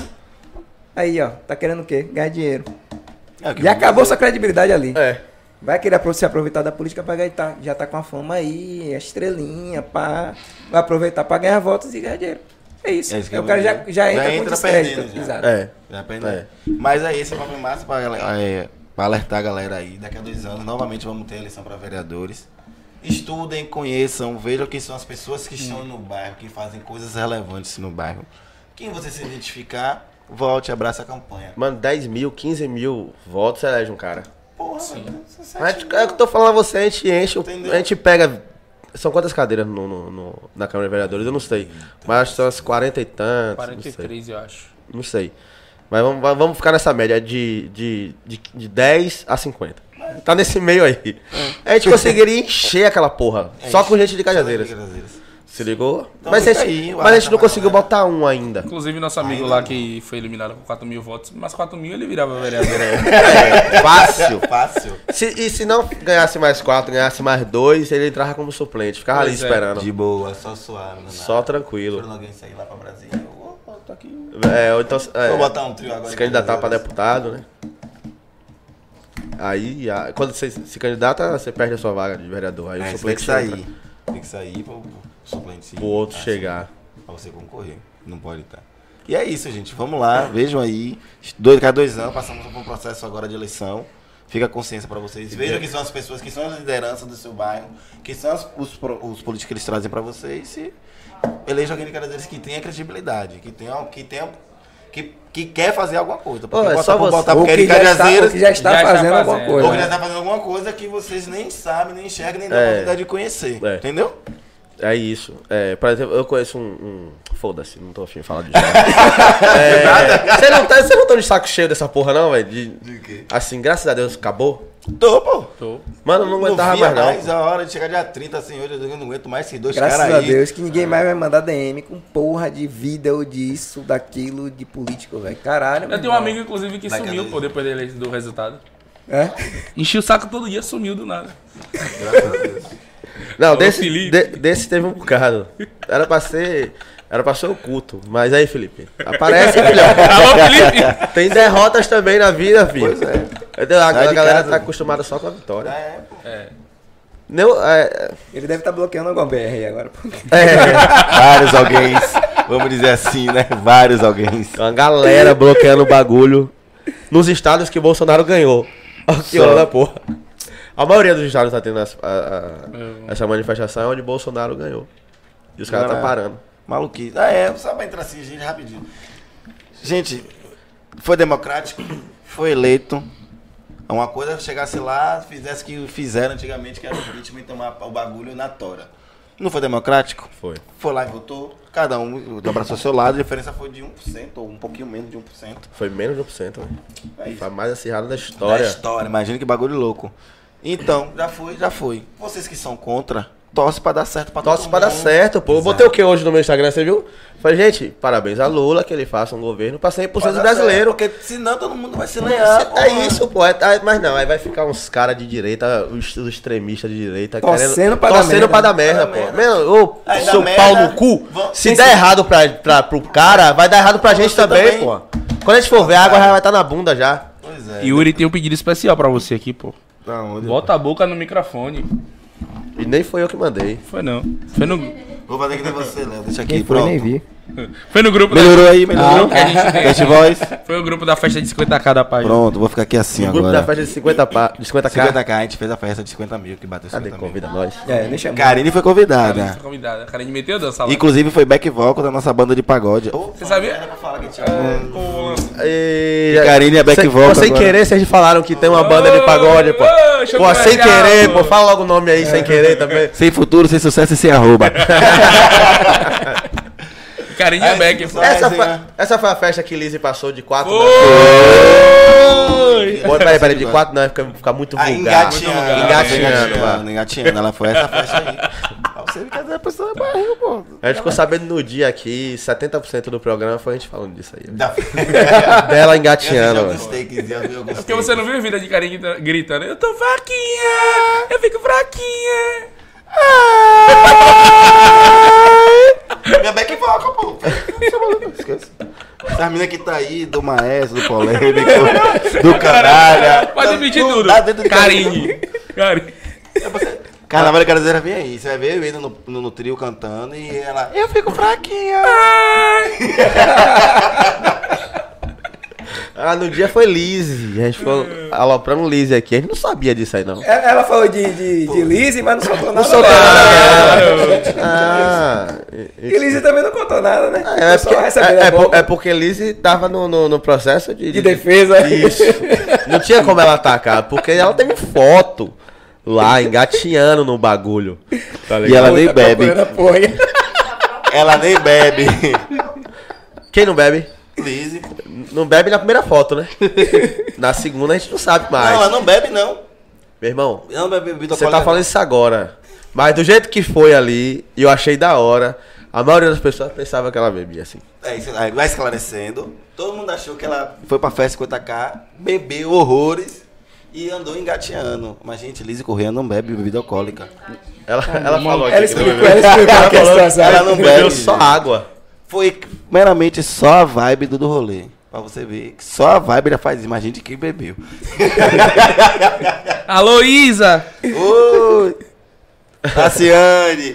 Aí, ó, tá querendo o quê? Ganhar dinheiro. É o que Já eu vou acabou dizer. sua credibilidade ali. É. Vai querer apro- se aproveitar da política pra ganhar, tá, já tá com a fama aí, a estrelinha, pá. Vai aproveitar pra ganhar votos e ganhar dinheiro. É isso. É isso que Aí eu o cara vou já, dizer. já Já entra, entra com descrédito. perdendo, já. Exato. É. Já aprendeu. É. Mas aí esse papo é massa pra, galera- é, pra alertar a galera aí. Daqui a dois anos, novamente, vamos ter eleição para vereadores. Estudem, conheçam, vejam quem são as pessoas que estão no bairro, que fazem coisas relevantes no bairro. Quem você se identificar, volte e abraça a campanha. Mano, dez mil, quinze mil votos, você elege um cara. Porra, mano, você Mas sete é o que eu tô falando a você, a gente enche, o- Entendeu? a gente pega. São quantas cadeiras no, no- no- na Câmara de Vereadores? Eu não sei. Mas acho que são as quarenta e tantas. quarenta e Não sei. três, eu acho. Não sei. Mas vamos, vamos ficar nessa média de, de, de, de dez a cinquenta. Tá nesse meio aí. A gente conseguiria encher aquela porra. Só com gente de Cajazeiras. Cajazeiras. Se ligou? Então mas, a fica gente, aí, o mas a gente não Arrasta conseguiu pra botar um ainda. Inclusive, nosso amigo Ainda lá não. que foi eliminado com quatro mil votos, mas quatro mil ele virava vereador. É, fácil. Fácil. Se, e se não ganhasse mais quatro, ganhasse mais dois, ele entrava como suplente. Ficava ali Pois é. esperando. De boa, só suave. Não Só nada. tranquilo. Quando alguém sair lá pra Brasília, eu, opa, tô aqui. É, ou então, é, Vou botar um trio agora. se de candidatar pra Cajazeiras. deputado, né? Aí, a- quando você se candidata, você perde a sua vaga de vereador. Aí É, o você tem suplente que sair. entra Tem que sair pro suplente. pro outro Ah, chegar. sim, Pra você concorrer. Não pode estar. E é isso, gente. Vamos lá. Vejam aí. Dois, cada dois anos passamos por um processo agora de eleição. Fica a consciência pra vocês. Vejam quem são as pessoas, quem são as lideranças do seu bairro, quem são as- os, pro- os políticos que eles trazem pra vocês. E elejam alguém de cada deles que tenha credibilidade, que tenha, que tenha, que, que quer fazer alguma coisa. Ô, Porque é botar só pra você- botar Ou porque que, ele já está, Cajazeiras, ou que já está já está fazendo alguma fazendo. coisa. ou que já tá fazendo alguma coisa que vocês nem sabem, nem enxergam, nem dão É. oportunidade de conhecer. É. Entendeu? É isso. É, por exemplo, eu conheço um. um- Foda-se, não tô afim de falar disso. é, Você não, tá, você não tá de saco cheio dessa porra, não, velho? De, De quê? assim, graças a Deus, acabou. Tô, pô. Tô. Mano, eu não aguentava via mais, não. mais a hora de chegar dia trinta, assim, hoje eu não aguento mais esses dois Graças caras a aí. Deus que ninguém mais vai mandar D M com porra de vida ou disso, daquilo, de político, velho. Caralho, Eu tenho um amigo, inclusive, que Daquela sumiu, vez. pô, depois dele- do resultado. É? Enchia o saco todo dia, sumiu do nada. Graças a Deus. Não, Ô, desse, Felipe. de- desse teve um bocado. Era pra ser. Era pra ser oculto. Mas aí, Felipe, aparece, filhão. Alô, Felipe! Tem derrotas também na vida, filho. Pois é. Entendeu? A, Sai a de galera casa. tá acostumada só com a vitória. É, pô. Não, é, Ele deve estar bloqueando alguma B R aí agora. Porque... Vários alguém, vamos dizer assim, né? Vários alguém. uma galera bloqueando o bagulho nos estados que Bolsonaro ganhou. Olha que Só. onda, porra. A maioria dos estados tá tendo essa, a- a- essa manifestação onde Bolsonaro ganhou. E os caras tá Caralho. parando. Maluquice. Ah, é, só pra entrar assim, gente, rapidinho. Gente, foi democrático, foi eleito. Uma coisa é chegasse lá, fizesse o que fizeram antigamente, que era o impeachment e tomar o bagulho na tora. Não foi democrático? Foi. Foi lá e votou. Cada um abraçou seu lado, a diferença foi de um por cento, ou um pouquinho menos de um por cento. Foi menos de um por cento, velho. É isso. Foi a mais acirrada da Da história. história, imagina que bagulho louco. Então, já foi, já foi. Vocês que são contra, torce pra dar certo pra Torce todo pra dar mundo. certo, pô. Eu botei o que hoje no meu Instagram, você viu? Falei, gente, parabéns a Lula, que ele faça um governo pra cem por cento Pra dos dar certo, brasileiros. Porque senão todo mundo vai se lenhar. É isso, pô. É- é- mas não, aí vai ficar uns caras de direita, os, os extremistas de direita, Torcendo querendo, pra dar torcendo merda. pra dar merda, Pra pô. dar merda. Meu, ô, Aí dá seu merda, pau no cu, vão- se sim, der sim. errado pra, pra, pro cara, vai dar errado pra gente Você também, também. pô. Quando a gente for ver, a água já vai estar na bunda já. Pois é. Yuri tem um pedido especial pra você aqui, pô. Da onde? Bota a boca no microfone. E nem foi eu que mandei. Foi não. Foi no, Vou fazer que nem você, Léo. Deixa aqui, Quem foi, pronto. nem vi. foi no grupo da, Melhorou aí, melhorou? Ah, que a gente fez. Teste voz. Foi o grupo da festa de cinquenta k da página. Pronto, vou ficar aqui assim O grupo agora. da festa de cinquenta K. De cinquenta K. cinquenta K, a gente fez a festa de cinquenta mil, que bateu Cadê? cinquenta mil. Convida nós. É, nem chamou. Karine foi Cara, convidada. foi convidada. A cara de meteu dança lá. Inclusive foi back vocal da nossa banda de pagode. Você sabia? Pô, E... E Karine é back Sem- vocal pô, sem agora. querer, vocês falaram que tem uma banda de pagode, pô. Ô, deixa eu Pô, sem pegar, querer, pô. pô. Fala logo o nome aí, sem querer também. Sem futuro, sem sucesso e sem arroba. Carinha Aí, Beck. só- Essa foi, né? essa foi a festa que Lizzy passou de quatro. Oi! Pô, peraí, peraí, de quatro não, fica, fica muito Ah, vulgar. engatinhando. Engatinhando, Engatinhando, mano. engatinhando. Ela foi essa festa aí. Pra você ficar dizendo a pessoa é barriga, pô. A gente ficou sabendo no dia aqui, setenta por cento do programa foi a gente falando disso aí. Da... Dela Eu engatinhando. mano. gostei, que eu gostei. Porque você não viu a vida de carinha grita- gritando, eu tô fraquinha, eu fico fraquinha. Minha back vocal, pô. Esquece. Essa mina que tá aí, do maestro, do polêmico, do caralho. Pode admitir Não tudo. dá dentro de Carinho. Carinho. Carnaval de Carazeira vem aí. Você vai ver eu indo no, no, no trio cantando e ela. Eu fico fraquinha. Ah, no dia foi Lizzy. A gente ficou aloprando Lizzy aqui. A gente não sabia disso aí, não. Ela ela falou de, de, de Lizzy, mas não soltou nada. soltou nada. Ah, E Lizzy também não contou nada, né? é, Só porque, recebendo é, a é, por- boca é porque Lizzy tava no, no, no processo de, de defesa. Isso. Não tinha como ela atacar, porque ela teve foto lá, engatinhando no bagulho. Tá E ela ligado? nem Tá bebe. procurando apoio. Ela nem bebe. Quem não bebe? Lizzy. Não bebe na primeira foto, né? Na segunda a gente não sabe mais. Não, ela não bebe, não. Meu irmão, Ela não bebe bebida você tá alcoólica, falando isso agora. Mas do jeito que foi ali, e eu achei da hora, a maioria das pessoas pensava que ela bebia assim. não. É isso, aí vai esclarecendo. Todo mundo achou que ela foi pra festa cinquenta K, bebeu horrores e andou engateando. Mas, gente, Lizzy Corrêa não bebe bebida alcoólica. Ela, ela falou aqui Ela que não explicou, bebeu. ela explicou a Ela falou- questão, sabe? ela não Bebeu bebe, só gente. água. Foi meramente só a vibe do, do rolê. Pra você ver que só a vibe já faz isso. Mas gente que bebeu. Alô, Isa. Oi! Tassiane!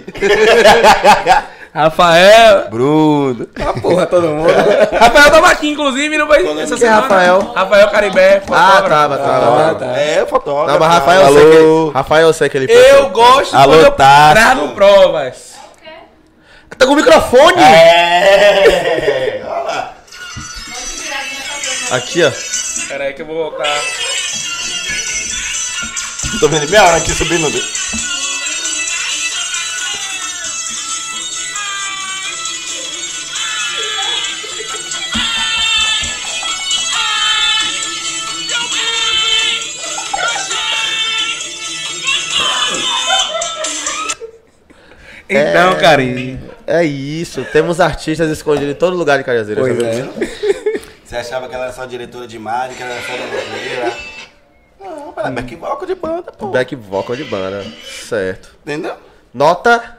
Rafael. Bruno! Ah, porra, todo mundo. Rafael tava aqui, inclusive, não vai essa Quem é Rafael? Rafael Caribé. Ah, fotógrafo. tava, tava. Ah, tá. É, fotógrafo. Não, mas Rafael eu sei que ele, Rafael eu sei que ele foi. Eu gosto Alô, quando eu Tássio. trago provas. Tá com o microfone? É! Olha lá. Aqui, ó. Pera aí que eu vou voltar. Tô vendo meia hora aqui subindo. Então, é... carinho. É isso. Temos artistas escondidos em todo lugar de Cajazeiras. Pois tá é. vendo? Você achava que ela era só diretora de imagem, que ela era só da Não, ela é back vocal de banda, pô. Back vocal de banda. Certo. Entendeu? Nota.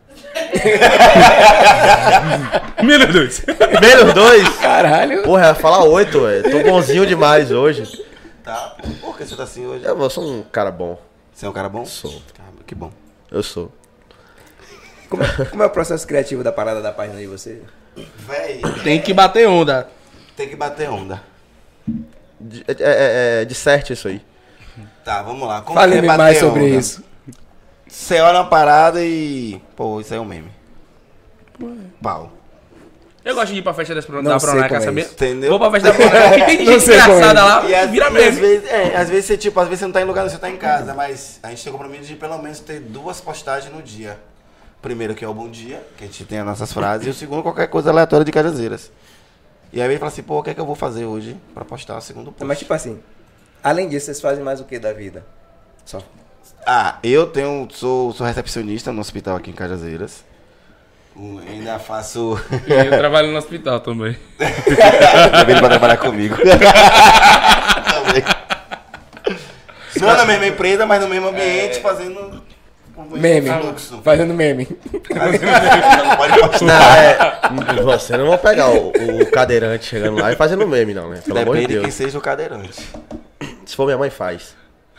Menos dois. Menos dois? Caralho. Porra, eu ia falar oito, velho. Tô bonzinho demais hoje. Tá. Por que você tá assim hoje? Eu, eu sou um cara bom. Você é um cara bom? Sou. Caramba, que bom. Eu sou. Como, como é o processo criativo da parada da página de você? Véi, Tem que bater onda. tem que bater onda. De, é, é, é, disserte isso aí. Tá, vamos lá. Como Fale-me que é bater mais sobre onda? isso. Você olha uma parada e... Pô, isso aí é um meme. Pau. Eu gosto de ir pra festa dessa Não da sei Pronai, como quer é saber? isso. Entendeu? Vou pra festa da Pronai. Porque tem Não gente sei como é engraçada isso. lá, E às, vira e às mesmo. vezes, é, às vezes você, tipo, às vezes você não tá em lugar, você tá em casa, mas a gente tem o compromisso de pelo menos ter duas postagens no dia. Primeiro que é o bom dia, que a gente tem as nossas frases, e o segundo qualquer coisa aleatória de Cajazeiras. E aí ele fala assim, pô, o que é que eu vou fazer hoje pra postar o segundo post? Mas tipo assim, além disso, vocês fazem mais o que da vida? Só. Ah, eu tenho, sou, sou recepcionista no hospital aqui em Cajazeiras. Um, ainda faço... E eu trabalho no hospital também. Tá vindo pra trabalhar comigo. Também. Não na mesma empresa, mas no mesmo ambiente, fazendo... um Meme. fluxo. Fazendo meme. Não pode postar. Não, é. Você não vai pegar o, o cadeirante chegando lá e fazendo meme, não, né? Pelo amor de Depende de quem Deus. seja o cadeirante. Se for minha mãe, faz.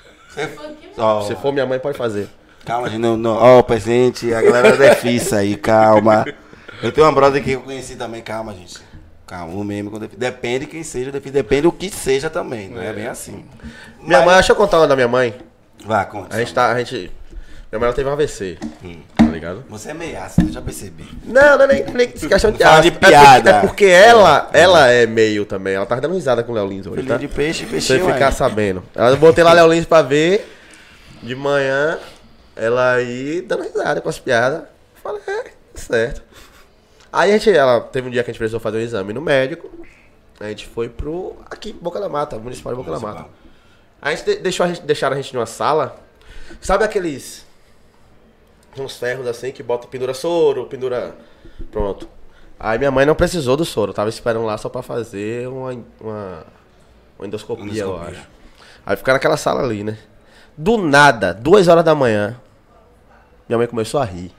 Ó, Se for minha mãe, pode fazer. calma, gente. Não, não. Ó, presente, a galera da Defissa aí, calma. Eu tenho uma brother que eu conheci também, calma, gente. Calma, o meme com defi- depende de quem seja, defi- depende do que seja também, não é, bem assim. Minha Mas- mãe, deixa eu contar uma da minha mãe. Vá, conta. A gente tá. A gente. Minha mãe ela teve um A V C. Tá ligado? Você é meio ácido, eu já percebi. Não, não é nem, nem questão de, Fala de é porque- piada. É porque ela, ela é meio também. Ela tava dando risada com o Léo Lins hoje, Filhinho tá? de peixe, Pra peixinho você ficar aí. sabendo. Ela botei lá Léo Lins pra ver. De manhã, ela aí dando risada com as piadas. Falei, é, certo. Aí a gente, ela teve um dia que a gente precisou fazer um exame no médico. A gente foi pro. Aqui, Boca da Mata, municipal de Boca da Mata. Aí a gente de- deixou a gente, deixaram a gente numa sala. Sabe aqueles. Uns ferros assim que bota, pendura soro, pendura. Pronto. Aí minha mãe não precisou do soro, tava esperando lá só pra fazer uma, uma, uma endoscopia, eu Endoscopia. acho. Aí ficar naquela sala ali, né? Do nada, duas horas da manhã, minha mãe começou a rir.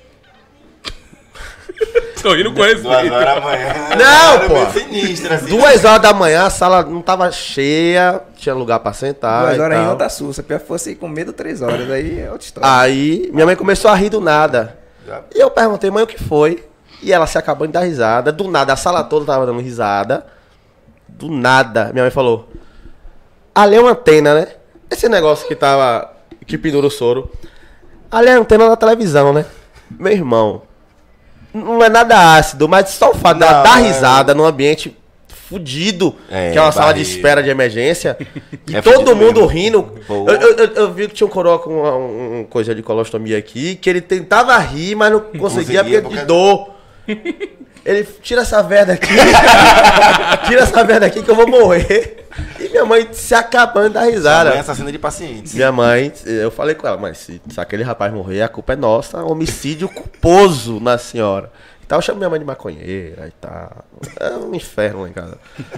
Tô rindo com esse. Duas horas da manhã. Não, Era pô. meio sinistro, assim. Duas horas da manhã, a sala não tava cheia, tinha lugar pra sentar. Duas e horas aí tal. não tá sussa. Pior que fosse ir com medo três horas, aí é outra história. Aí minha mãe começou a rir do nada. E eu perguntei, mãe, o que foi? E ela se acabou de dar risada. Do nada, a sala toda tava dando risada. Do nada, minha mãe falou: ali é uma antena, né? Esse negócio que tava. Que pendura o soro. Ali é a antena da televisão, né? Meu irmão. Não é nada ácido, mas só o fato dela Não, dar é- risada num ambiente fudido, É, que é uma sala de barriga. espera de emergência, e É todo fudido mundo mesmo. rindo. Pô. Eu, eu- eu- eu vi que tinha um coroa com uma um, um coisa de colostomia aqui, que ele tentava rir, mas não conseguia, Conseguia, porque porque- de dor. Ele, tira essa merda aqui, tira essa merda aqui que eu vou morrer. E minha mãe se acabando da risada. Mãe assassina de pacientes. Minha mãe, eu falei com ela, mas se, se aquele rapaz morrer, a culpa é nossa, homicídio culposo na senhora. Então eu chamo minha mãe de maconheira e tal. É um inferno lá em casa.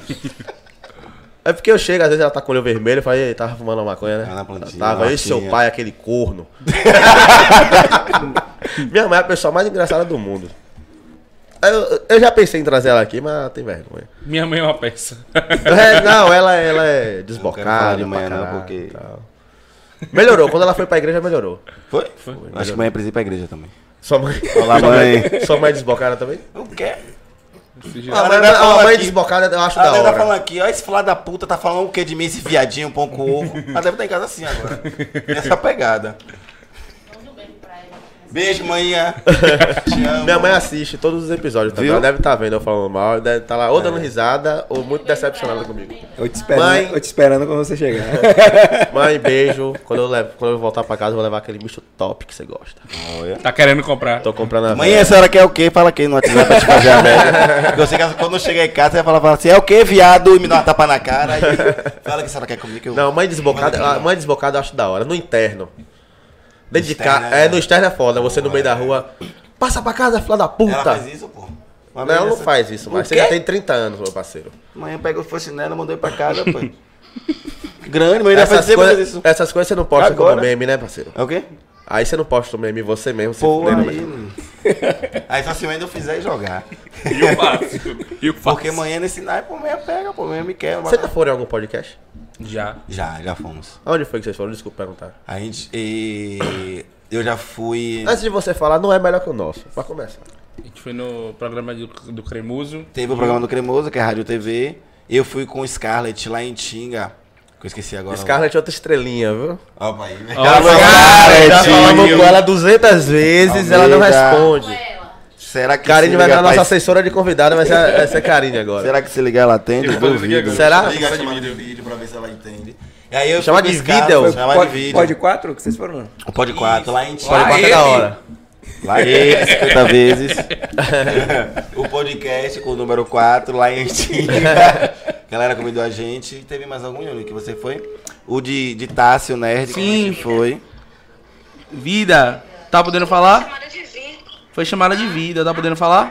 É porque eu chego, às vezes ela tá com o olho vermelho, eu falo, ei, tava fumando uma maconha, né? Ah, na plantinha, Tava na aí seu latinha. pai, aquele corno. Minha mãe é a pessoa mais engraçada do mundo. Eu, eu já pensei em trazer ela aqui, mas ela tem vergonha. Minha mãe é uma peça. É, não, ela, ela é Não quero falar desbocada de manhã pra não, caralho porque- e tal. Melhorou, quando ela foi pra igreja, melhorou. Foi? Foi. Acho que mãe precisa ir pra igreja também. Sua mãe. Olá, sua mãe. Sua mãe desbocada também? O quê? A Ela mãe, tá a falando mãe aqui. desbocada eu acho Ela da deve tá hora. falando aqui, ó, esse filho da puta tá falando o que de mim, esse viadinho, um pão com ovo. Ela deve estar em casa assim agora. Essa pegada. beijo pra ela. Beijo, manhã. Te amo. Minha mãe assiste todos os episódios também. Viu? Ela deve estar vendo eu falando mal, deve estar lá ou dando risada ou muito decepcionada comigo. Eu te esperando, Mãe. eu te esperando quando você chegar. Mãe, beijo. Quando eu, levo, quando eu voltar pra casa, eu vou levar aquele misto top que você gosta. Tá querendo comprar. Tô comprando a Mãe, a senhora quer o quê? Fala aqui no WhatsApp pra te fazer a média. Porque eu sei que quando eu chegar em casa, você vai falar, fala assim, é o quê, viado? E me dá uma tapa na cara. Aí, fala que a senhora quer comigo que eu... Não, mãe desbocada, Manda a aqui, mãe desbocada eu acho da hora. No interno. Dentro de externo casa. é- É, no externo é foda. Você no meio da rua. Passa pra casa, filha da Ela puta. faz isso, pô. Uma Não, vez ela não essa- faz isso, mas O você quê? já tem trinta anos, meu parceiro. Amanhã pegou o facinela, mandou ir pra casa, pô. Grande, mas ainda faz Essas, sempre coisa- fazer isso. essas coisas você não posta Agora. como meme, né, parceiro? É o quê? Aí você não posta o meme você mesmo. se Pô, fudendo, aí, né? mano. Aí só se eu ainda fizer e jogar. E eu faço. E eu faço. Porque amanhã nesse naipe, pô, amanhã pega, pô, amanhã me quer. Você já foram em algum podcast? Já. Já, já fomos. Aonde foi que vocês foram? Desculpa perguntar. A gente. E... Eu já fui. Antes de você falar, não é melhor que o nosso. Pra começar. A gente foi no programa do, do Cremoso. Teve o programa do Cremoso, que é a Rádio T V. Eu fui com o Scarlett lá em Tinga. Que eu esqueci agora. Scarlett é outra estrelinha, viu? Opa aí, velho. Olha, Scarlett, já Scarlett. falamos com ela duzentas vezes, ela não Almeida. Com responde. ela. Será que Karine se vai ligar dar a nossa pra- assessora de convidada, vai ser, vai ser Karine agora. Será que se ligar ela atende? Eu vou ligar Duvido. agora. Será? Liga a chamada de vídeo pra ver se ela entende. E aí eu Chama fui de com o Scarlett, vídeo? Chama de Pode, vídeo. pode quatro que vocês foram? O Pode quatro, lá em Tinga. Pode Lá passar ele. da hora. Lá ele, cinquenta vezes. O podcast com o número quatro, lá em Tinga. A galera convidou a gente. Teve mais algum, Yuri, que você foi? O de, de Tássio Nerd, que Sim. a gente foi. Vida. Tá podendo falar? Chamada de vir. Foi chamada de vida. Tá podendo falar?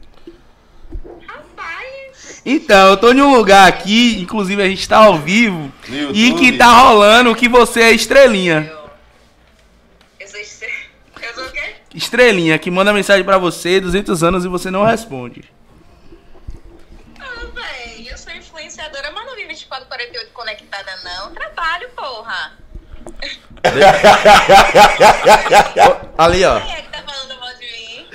Rapaz, Então, eu tô em um lugar aqui, inclusive a gente tá ao vivo, No e YouTube? que tá rolando que você é estrelinha. eu sou estre... Eu sou o quê? Estrelinha, que manda mensagem pra você, duzentos anos, e você não responde. Ah, véi, eu sou influenciadora, mas não vi vinte e quatro, quarenta e oito conectada, não. Trabalho, porra. Ali, ó. Quem é que tá falando mal de mim?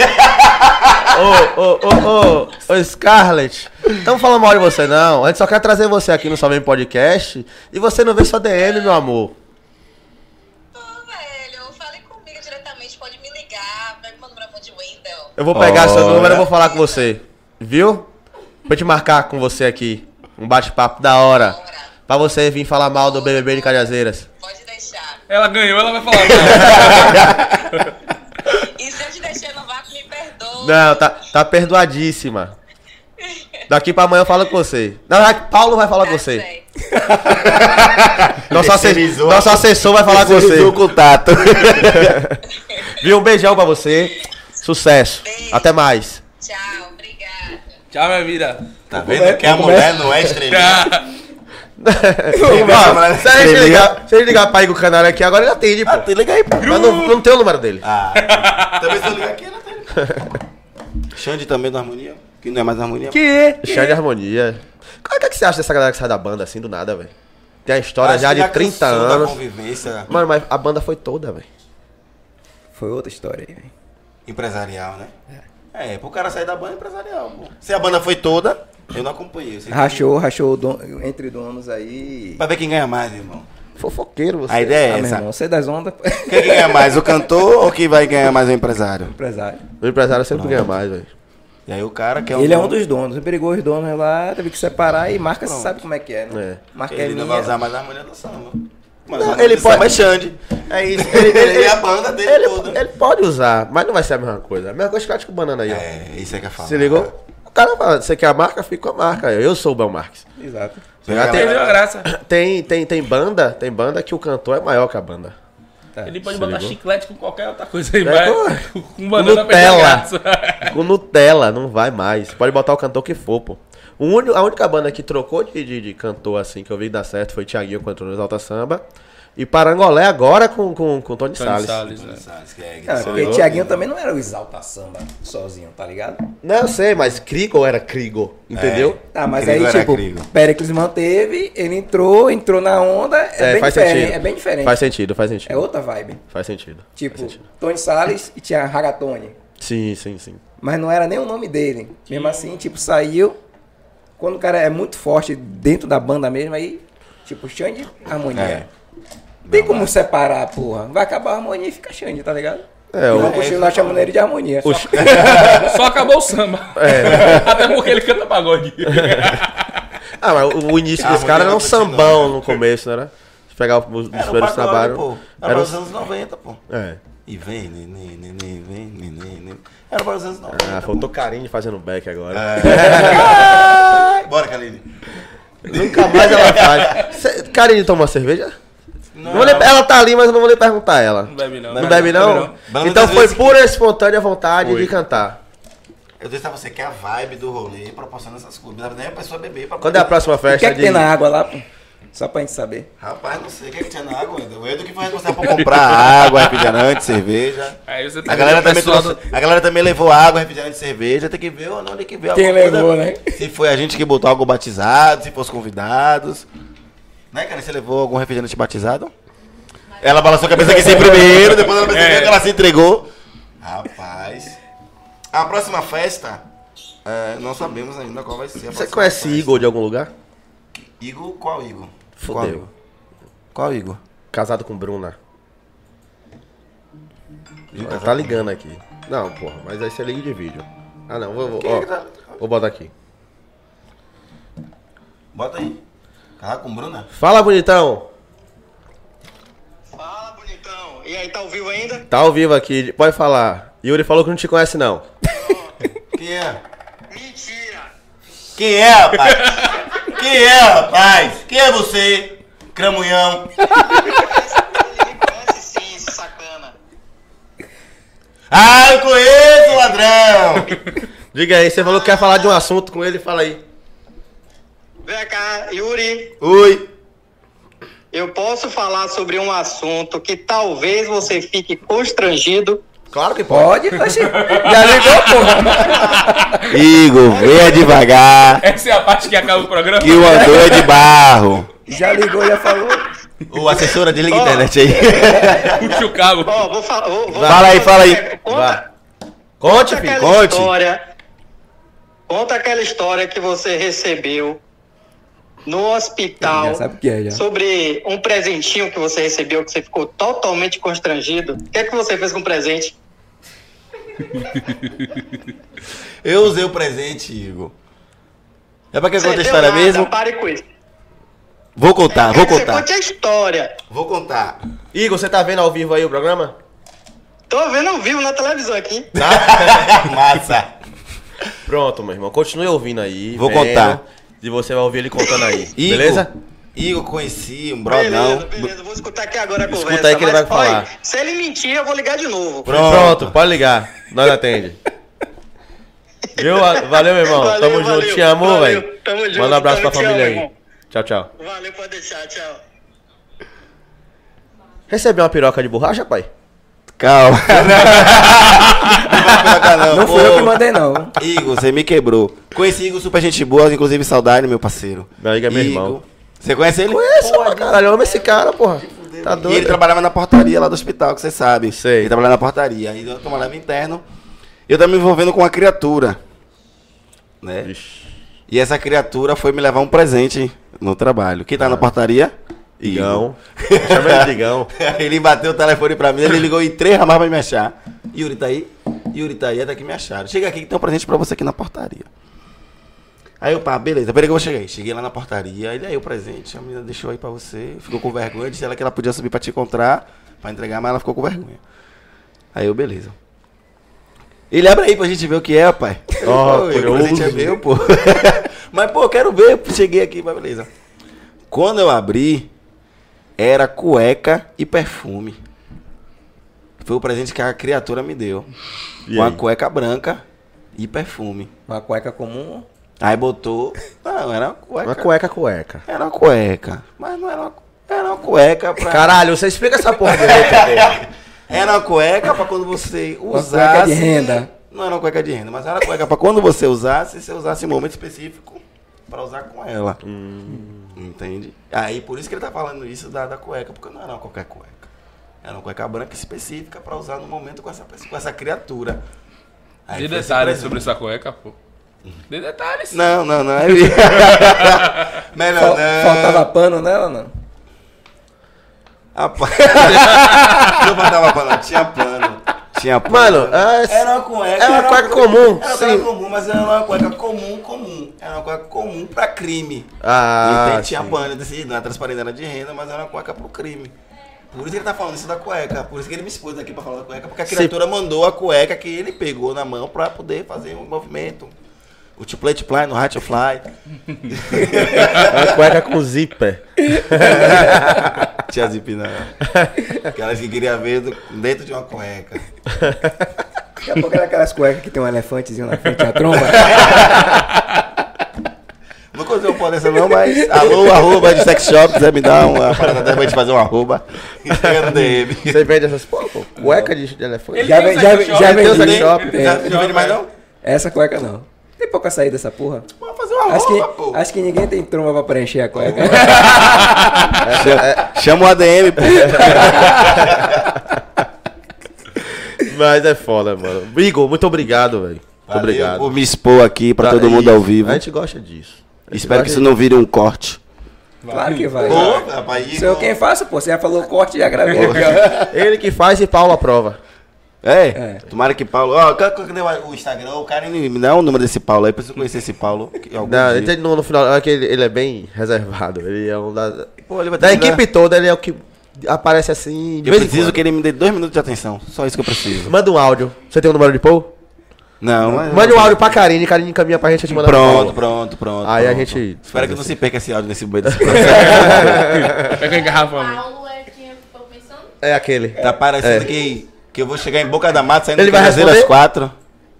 Ô, ô, ô, ô, ô, Scarlett. Estamos falando mal de você, não. A gente só quer trazer você aqui no Só Vem Podcast e você não vê sua D M, meu amor. Pô, velho, fale comigo diretamente, pode me ligar. Pega meu número de Wendel. Eu vou pegar seu Olha. número e vou falar com você. Viu? Pra te marcar com você aqui. Um bate-papo da hora. Pra você vir falar mal do B B B de Cajazeiras. Pode deixar. Ela ganhou, ela vai falar. E se eu te deixei no vácuo, me perdoa. Não, tá, tá perdoadíssima. Daqui pra amanhã eu falo com você. Na verdade, Paulo vai falar com você. Certo. Nosso, asse- Terceirizou. nosso assessor vai falar com você. Terceirizou o contato. Viu? Um beijão pra você. Sucesso. Beijo. Até mais. Tchau, obrigada. Tchau, minha vida. Tá vendo que a mulher não é estrelinha? Ó, se a gente ligar, se a gente ligar pra Igor Canário aqui agora, ele atende, pô. Ah, tem liga aí, pô. Mas não, não tem o número dele. Ah, também se eu ligar aqui, ela tem. Xande também da Harmonia, que não é mais Harmonia. Que? Chá de harmonia. O que, é que você acha dessa galera que sai da banda assim do nada, velho? Tem a história Acho já que de trinta cansou da anos. convivência Mano, mas a banda foi toda, velho. Foi outra história aí, velho. empresarial, né? É, pro cara sair da banda empresarial, pô. Se a banda foi toda, eu não acompanhei. eu sei que- Rachou, rachou don- entre donos aí. Pra ver quem ganha mais, irmão. Fofoqueiro você. A ideia Ah, é meu essa. irmão, você das ondas, Quem que ganha mais, o cantor ou quem vai ganhar mais o empresário? empresário. O empresário sempre ganha mais, velho. E aí o cara que é Ele é um dono, dos donos, brigou os donos lá, teve que separar e marca, você Pronto. sabe como é que é, né? É. Marca é ele não minha. vai usar mais a harmonia do samba. Mas Não, a harmonia ele do samba pode- é Xande. É isso. Ele, Ele é a banda dele ele, toda. ele pode usar, mas não vai ser a mesma coisa. A mesma coisa que o cara com banana aí, ó. É, isso é que eu falo. Se ligou? O cara fala, você quer a marca? Fica com a marca. Eu sou o Bel Marques. Exato. Já tem, Perdeu a graça. tem, tem, tem banda, tem banda que o cantor é maior que a banda. Ele pode se botar ligou? chiclete com qualquer outra coisa aí, É, vai. com- Com banana perdeu a Nutella. graça. Com Nutella, não vai mais. Pode botar o cantor que for, pô. O único, a única banda que trocou de, de, de cantor assim que eu vi dar certo foi Thiaguinho com Antônio Exalta Samba. E Parangolé agora com, com, com Tony, Tony Salles. Salles, né? Cara, porque ligou? Thiaguinho também não era o Exalta Samba sozinho, tá ligado? Não, eu sei, mas Krigor era Krigor, entendeu? Tá, mas Crigo aí, era tipo, Crigo. Péricles manteve, ele entrou, entrou na onda, é, bem faz diferente. sentido. É bem diferente. Faz sentido, faz sentido. É outra vibe. Faz sentido. Tipo, Faz sentido. Tony Salles e tinha Ragatone. Sim, sim, sim. Mas não era nem o nome dele. Mesmo assim, tipo, saiu. Quando o cara é muito forte dentro da banda mesmo, aí, tipo, Xande, harmonia. É. Tem como separar, porra. Vai acabar a harmonia e fica Xande, tá ligado? É, Eu o, vou continuar chamando ele de harmonia. Só acabou o samba. Até porque ele canta pagode. ah, mas o, o início Ah, desse cara era um continua. sambão no começo, não era? Se pegar os, os Era o primeiros pagode, trabalhos. pô. Era Era os- os anos noventa, pô. É. E vem, neném, neném, vem, neném, neném. Era para os anos noventa. Ah, faltou carinho fazendo back agora. Ai, bora, Kaline. Nunca mais ela faz. Cê, Karine toma uma cerveja? Não, Não vou lhe- ela tá ali, mas eu não vou lhe perguntar a ela. Não bebe não. Não bebe não? Bebe Então não. foi pura e espontânea vontade de cantar. Eu disse a você que é a vibe do rolê proporciona essas coisas. Não dá nem a pessoa beber pra Quando é a próxima O que festa é que de... tem na água lá, pô? Só pra gente saber. Rapaz, não sei o que, é que tinha na água ainda. O Edu que foi responsável por comprar água, refrigerante, cerveja. Aí você tá A galera, vendo o também pessoal trouxe, a galera também levou água, refrigerante, cerveja. Tem que ver ou não, tem que ver Quem alguma coisa. levou, né? Se foi a gente que botou algo batizado, se fosse convidados. Né, cara? Você levou algum refrigerante batizado? Ela balançou a cabeça aqui sem primeiro, depois ela percebeu É. que ela se entregou. Rapaz. A próxima festa, é, não sabemos ainda qual vai ser. a Você próxima conhece festa. Igor de algum lugar? Igor? Qual Igor? Fudeu. Qual Igor? Qual Igor? Casado com Bruna. Igor Ela tá ligando aqui. Não, porra, mas aí você liga de vídeo. Ah não, vou, vou, Quem é que ó, tá- vou botar aqui. Bota aí. Casado com Bruna? Fala, bonitão. Fala, bonitão. E aí, tá ao vivo ainda? Tá ao vivo aqui, pode falar. Yuri falou que não te conhece não. Quem é? Mentira! Quem é, rapaz? Quem é, rapaz? Quem é você? Cramunhão. Ele me conhece sim, esse sacana. Ah, eu conheço, ladrão. Diga aí, você falou que quer falar de um assunto com ele, fala aí. Vem cá, Yuri. Oi. Eu posso falar sobre um assunto que talvez você fique constrangido. Claro que pode. Pode? Oxi. Já ligou, porra. Igor, venha devagar. Essa é a parte que acaba o programa. Que o andor é de barro. Já ligou, já falou. Ô, assessora, desliga a Ó. internet aí. Puxa o cabo. Ó, vou falar. Vou, vou Fala aí, fala aí. Conta, Vá. Conte, conta filho, aquela conte. história. Conta aquela história que você recebeu no hospital. Já sabe o que é, já. Sobre um presentinho que você recebeu, que você ficou totalmente constrangido. O que é que você fez com o presente? Eu usei o presente, Igor. É pra que eu Você conte a deu história nada, mesmo? Pare com isso. Vou contar, vou Quero que Você contar. conte a história. Vou contar. Igor, você tá vendo ao vivo aí o programa? Tô vendo ao vivo na televisão aqui. Massa. Pronto, meu irmão. Continue ouvindo aí. Vou vendo, contar. E você vai ouvir ele contando aí. Igor, Beleza? Igor, conheci um Beleza, brodão. beleza. Vou escutar aqui agora a Escuta conversa. aí que ele mas, vai falar. olha, se ele mentir, eu vou ligar de novo. Pronto. Pronto, pode ligar. Nós atende. Viu? Valeu, meu irmão. Valeu, Tamo valeu, junto. Te amo, valeu. velho. Tamo junto, Manda um abraço pra tamo te família amo, aí. irmão. Tchau, tchau. Valeu, pode deixar, tchau. Recebeu uma piroca de borracha, pai? Calma. não, Não fui eu que mandei, não. Igor, você me quebrou. Conheci Igor, super gente boa, inclusive saudade, meu parceiro. Meu amigo é meu Igor. irmão. Você conhece ele? Conheço, pra caralho. Eu amo esse cara, porra. Tá E ele doido. trabalhava na portaria lá do hospital, que você sabe. Sei. Ele trabalhava na portaria. Aí eu trabalhava interno. Eu tava me envolvendo com uma criatura. Né? Vixe. E essa criatura foi me levar um presente no trabalho. Quem tá na portaria? Igão. Chama ele de Igão. Ele bateu o telefone pra mim, ele ligou em três ramas pra me achar. Yuri tá aí? Yuri tá aí, até que me acharam. Chega aqui que tem um presente pra você aqui na portaria. Aí eu, pá, beleza, peraí que eu vou chegar aí. Cheguei lá na portaria, ele aí o presente, a menina deixou aí pra você, ficou com vergonha, disse ela que ela podia subir pra te encontrar, pra entregar, mas ela ficou com vergonha. Aí eu, beleza. Ele abre aí pra gente ver o que é, pai. Ó, Pô, o presente é curioso. meu, pô. Mas, pô, eu quero ver, cheguei aqui, mas beleza. Quando eu abri, era cueca e perfume. Foi o presente que a criatura me deu. E Uma aí? cueca branca e perfume. Uma cueca comum. Aí botou. Não, era uma cueca. Uma cueca, cueca. Era uma cueca. Mas não era uma, era uma cueca pra. Caralho, você explica essa porra direito, porra. Era uma cueca pra quando você Uma usasse. cueca de renda. Não era uma cueca de renda, mas era uma cueca pra quando você usasse, você usasse em um momento específico pra usar com ela. Entende? Aí por isso que ele tá falando isso da, da cueca, porque não era uma qualquer cueca. Era uma cueca branca específica pra usar no momento com essa, pessoa- com essa criatura. Aí Dê foi esse detalhes presente. sobre essa cueca, pô. Dê detalhes. Não, não, não. Aí... Melhor Fal- não. Faltava pano nela, não? Rapaz. Eu botava pano, tinha pano. Tinha pano. Mano, é, era uma cueca. é uma cueca comum, Era uma sim. cueca comum, mas era uma cueca comum, comum. Era uma cueca comum pra crime. Ah, Então tinha sim. pano, desse, não era transparente, era de renda, mas era uma cueca pro crime. Por isso que ele tá falando isso da cueca. Por isso que ele me expôs aqui pra falar da cueca. Porque a criatura mandou a cueca que ele pegou na mão pra poder fazer um movimento. O Tiplete Fly no Hat Fly. É uma cueca com zíper. Tinha zip não. Aquelas que queria ver do- dentro de uma cueca. Daqui a pouco era aquelas cuecas que tem um elefantezinho na frente da tromba. Não consigo pôr dessa não, mas alô, arroba de sex shop, quiser me dar uma parada dessa pra gente fazer um arroba. Chega no D M. Você vende essas pô, pô, cueca de, de elefante? Ele Já, tem ve- um já, sex já, shop. já Ele tem um vendi. sex shop. É, Já não vende mais não? essa cueca não. Tem pouca saída dessa porra. Vamos fazer uma Acho arroba, que, pô. acho que ninguém tem tromba pra preencher a cueca. Chama- Chama o A D M, pô. Mas é foda, mano. Igor, muito obrigado, velho. Muito Valeu obrigado. por me expor aqui pra Tá, todo mundo isso. ao vivo. A gente gosta disso. A gente Espero que gosta isso não vire um corte. Claro que vai. Pô, rapaz, Sou eu quem faço, pô. Você já falou corte e já gravei. de- Ele que faz e Paulo aprova. É? É. Tomara que Paulo. Ó, cadê o Instagram? O cara me dá o número desse Paulo aí, preciso conhecer esse Paulo. que algum Não, dia. ele, no, no final, é que ele, ele é bem reservado. Ele é um da. Pô, ele vai ter Da que dar- equipe toda, ele é o que aparece assim. De Eu vez em preciso quando. que ele me dê dois minutos de atenção. Só isso que eu preciso. Manda um áudio. Você tem o número de Paul? Não, mas. Mande um áudio pra Karine, Karine encaminha pra gente, a gente manda pro Pronto, Paulo. pronto, pronto. Aí a pronto. gente- Espero que não se perca esse áudio nesse meio desse processo. Pega a garrafa, mano. Paulo é quem eu tô pensando? É aquele. Tá parecendo É. que, que eu vou chegar em Boca da Mata saindo Ele do vai Cruzeiro responder? às quatro.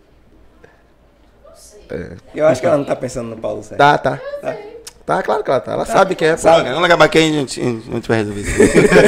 Eu acho que ela não tá pensando no Paulo Sérgio. Tá, tá. Tá, claro que ela tá. Ela sabe quem é. pô. Sabe, vamos acabar aqui e a gente, a gente vai resolver isso.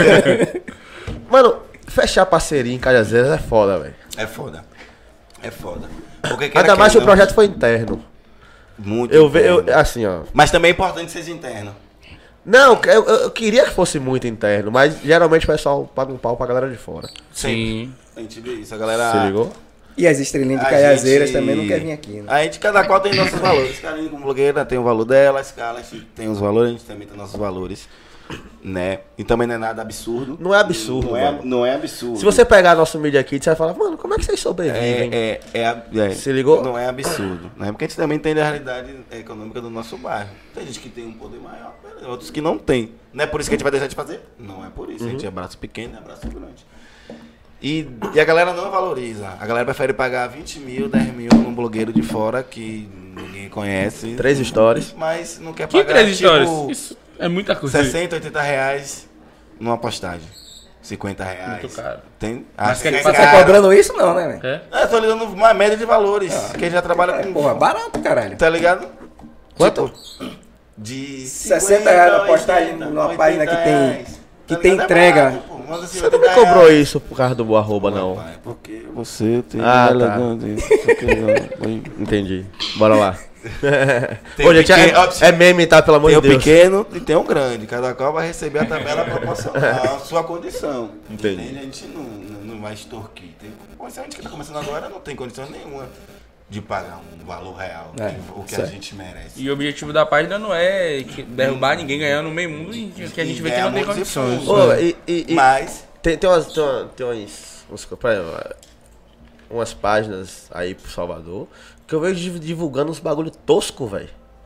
Mano, fechar parceria em Cajazeiras é foda, velho. É foda. É foda. Porque quer Ainda mais se o não, projeto foi interno. Muito Eu vejo, interno. assim, ó. Mas também é importante que seja interno. Não, eu, eu- eu queria que fosse muito interno, mas geralmente o pessoal paga um pau pra galera de fora. Sim. A gente vê isso, a galera. Se ligou? E as estrelinhas de A Caiazeiras gente- também não querem vir aqui, né? A gente, cada qual tem nossos valores. Carinho como blogueira tem o valor dela, a Scarlett tem os valores, a gente também tem nossos valores. Né? E também não é nada absurdo. Não é absurdo, Não é, mano. não é absurdo. Se você pegar nosso Media Kit, você vai falar, mano, como é que vocês sobrevivem? É, é, é, ab- é, Se ligou? Não é absurdo, né? Porque a gente também entende a realidade econômica do nosso bairro. Tem gente que tem um poder maior, beleza, outros que não tem. Não é por isso que a gente vai deixar de fazer? Não é por isso. A gente é braço pequeno, é braço grande. E, e a galera não valoriza. A galera prefere pagar vinte mil, dez mil num blogueiro de fora que ninguém conhece. Três stories. Mas não quer Que pagar três histórias? tipo, Isso é muita coisa. sessenta, oitenta reais numa postagem. cinquenta reais. Muito caro. Tem? Mas Acho que ele é passa Tá caro. cobrando isso não, né, velho? É? É, tô lhe dando uma média de valores. Quem já trabalha com. Porra, barato, caralho. Tá ligado? Quanto? Tipo, de sessenta reais na postagem numa página que tem- que tem entrega. Você não me cobrou isso por causa do arroba, não. Pai, porque você tem Ah, tá. elegante, isso aqui não. Entendi. Bora lá. Tem Ô, gente, pequeno- é, é meme, tá? Pelo amor Tem de o Deus. pequeno e tem o grande. Cada qual vai receber a tabela proporcional à sua condição. Entendi. Entende? A gente não, não, não vai extorquir. Tem, pô, se a gente que tá começando agora não tem condição nenhuma de pagar um valor real, É, que- o que a certo. gente merece. E o objetivo da página não é que- derrubar ninguém ganhando no meio mundo e que a gente vê que não tem ganhar muitos condições. fundos. Ô, e, e- e Mas, tem, tem umas. Tem, uma- tem umas, uns- por exemplo, umas páginas aí pro Salvador que eu vejo div- divulgando uns bagulho tosco, velho.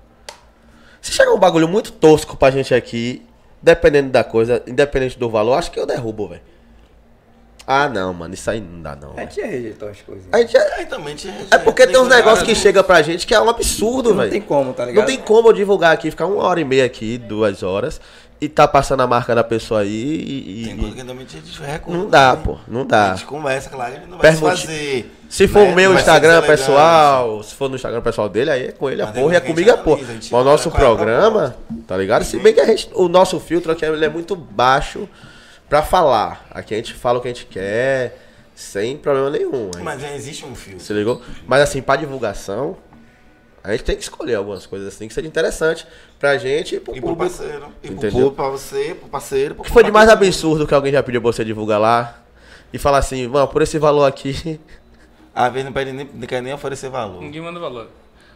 Se chegar um bagulho muito tosco pra gente aqui, dependendo da coisa, independente do valor, acho que eu derrubo, velho. Ah, não, mano, isso aí não dá, não. A velho. gente já rejeitou as coisas. A gente já- aí também te É porque tem uns como- negócios que chegam pra gente que é um absurdo, Não velho. tem como, tá ligado? Não tem como eu divulgar aqui, ficar uma hora e meia aqui, duas horas, e tá passando a marca da pessoa aí e. e- Tem coisa que realmente a gente recusa. Não dá, né? pô, não A dá. gente conversa, claro, ele não vai se Pergunte- fazer. Se for né? o meu Não vai ser Instagram deselegante. pessoal, se for no Instagram pessoal dele, aí é com ele a Mas porra e é depois a comigo a gente porra. analisa, a gente Mas o nosso olha qual é a programa, tá ligado? Se bem que a gente, o nosso filtro aqui ele é muito baixo pra falar. Aqui a gente fala o que a gente quer, sem problema nenhum. Aí, Mas já existe um filtro. se ligou? Mas assim, pra divulgação, a gente tem que escolher algumas coisas assim que seja interessante pra gente e pro E pro público. parceiro. E pro Entendeu? público, pra você, pro parceiro. O Pro que foi de mais pra todo mundo. absurdo que alguém já pediu pra você divulgar lá e falar assim, mano, por esse valor aqui. Às vezes não pede nem, não quer nem oferecer valor. Ninguém manda valor.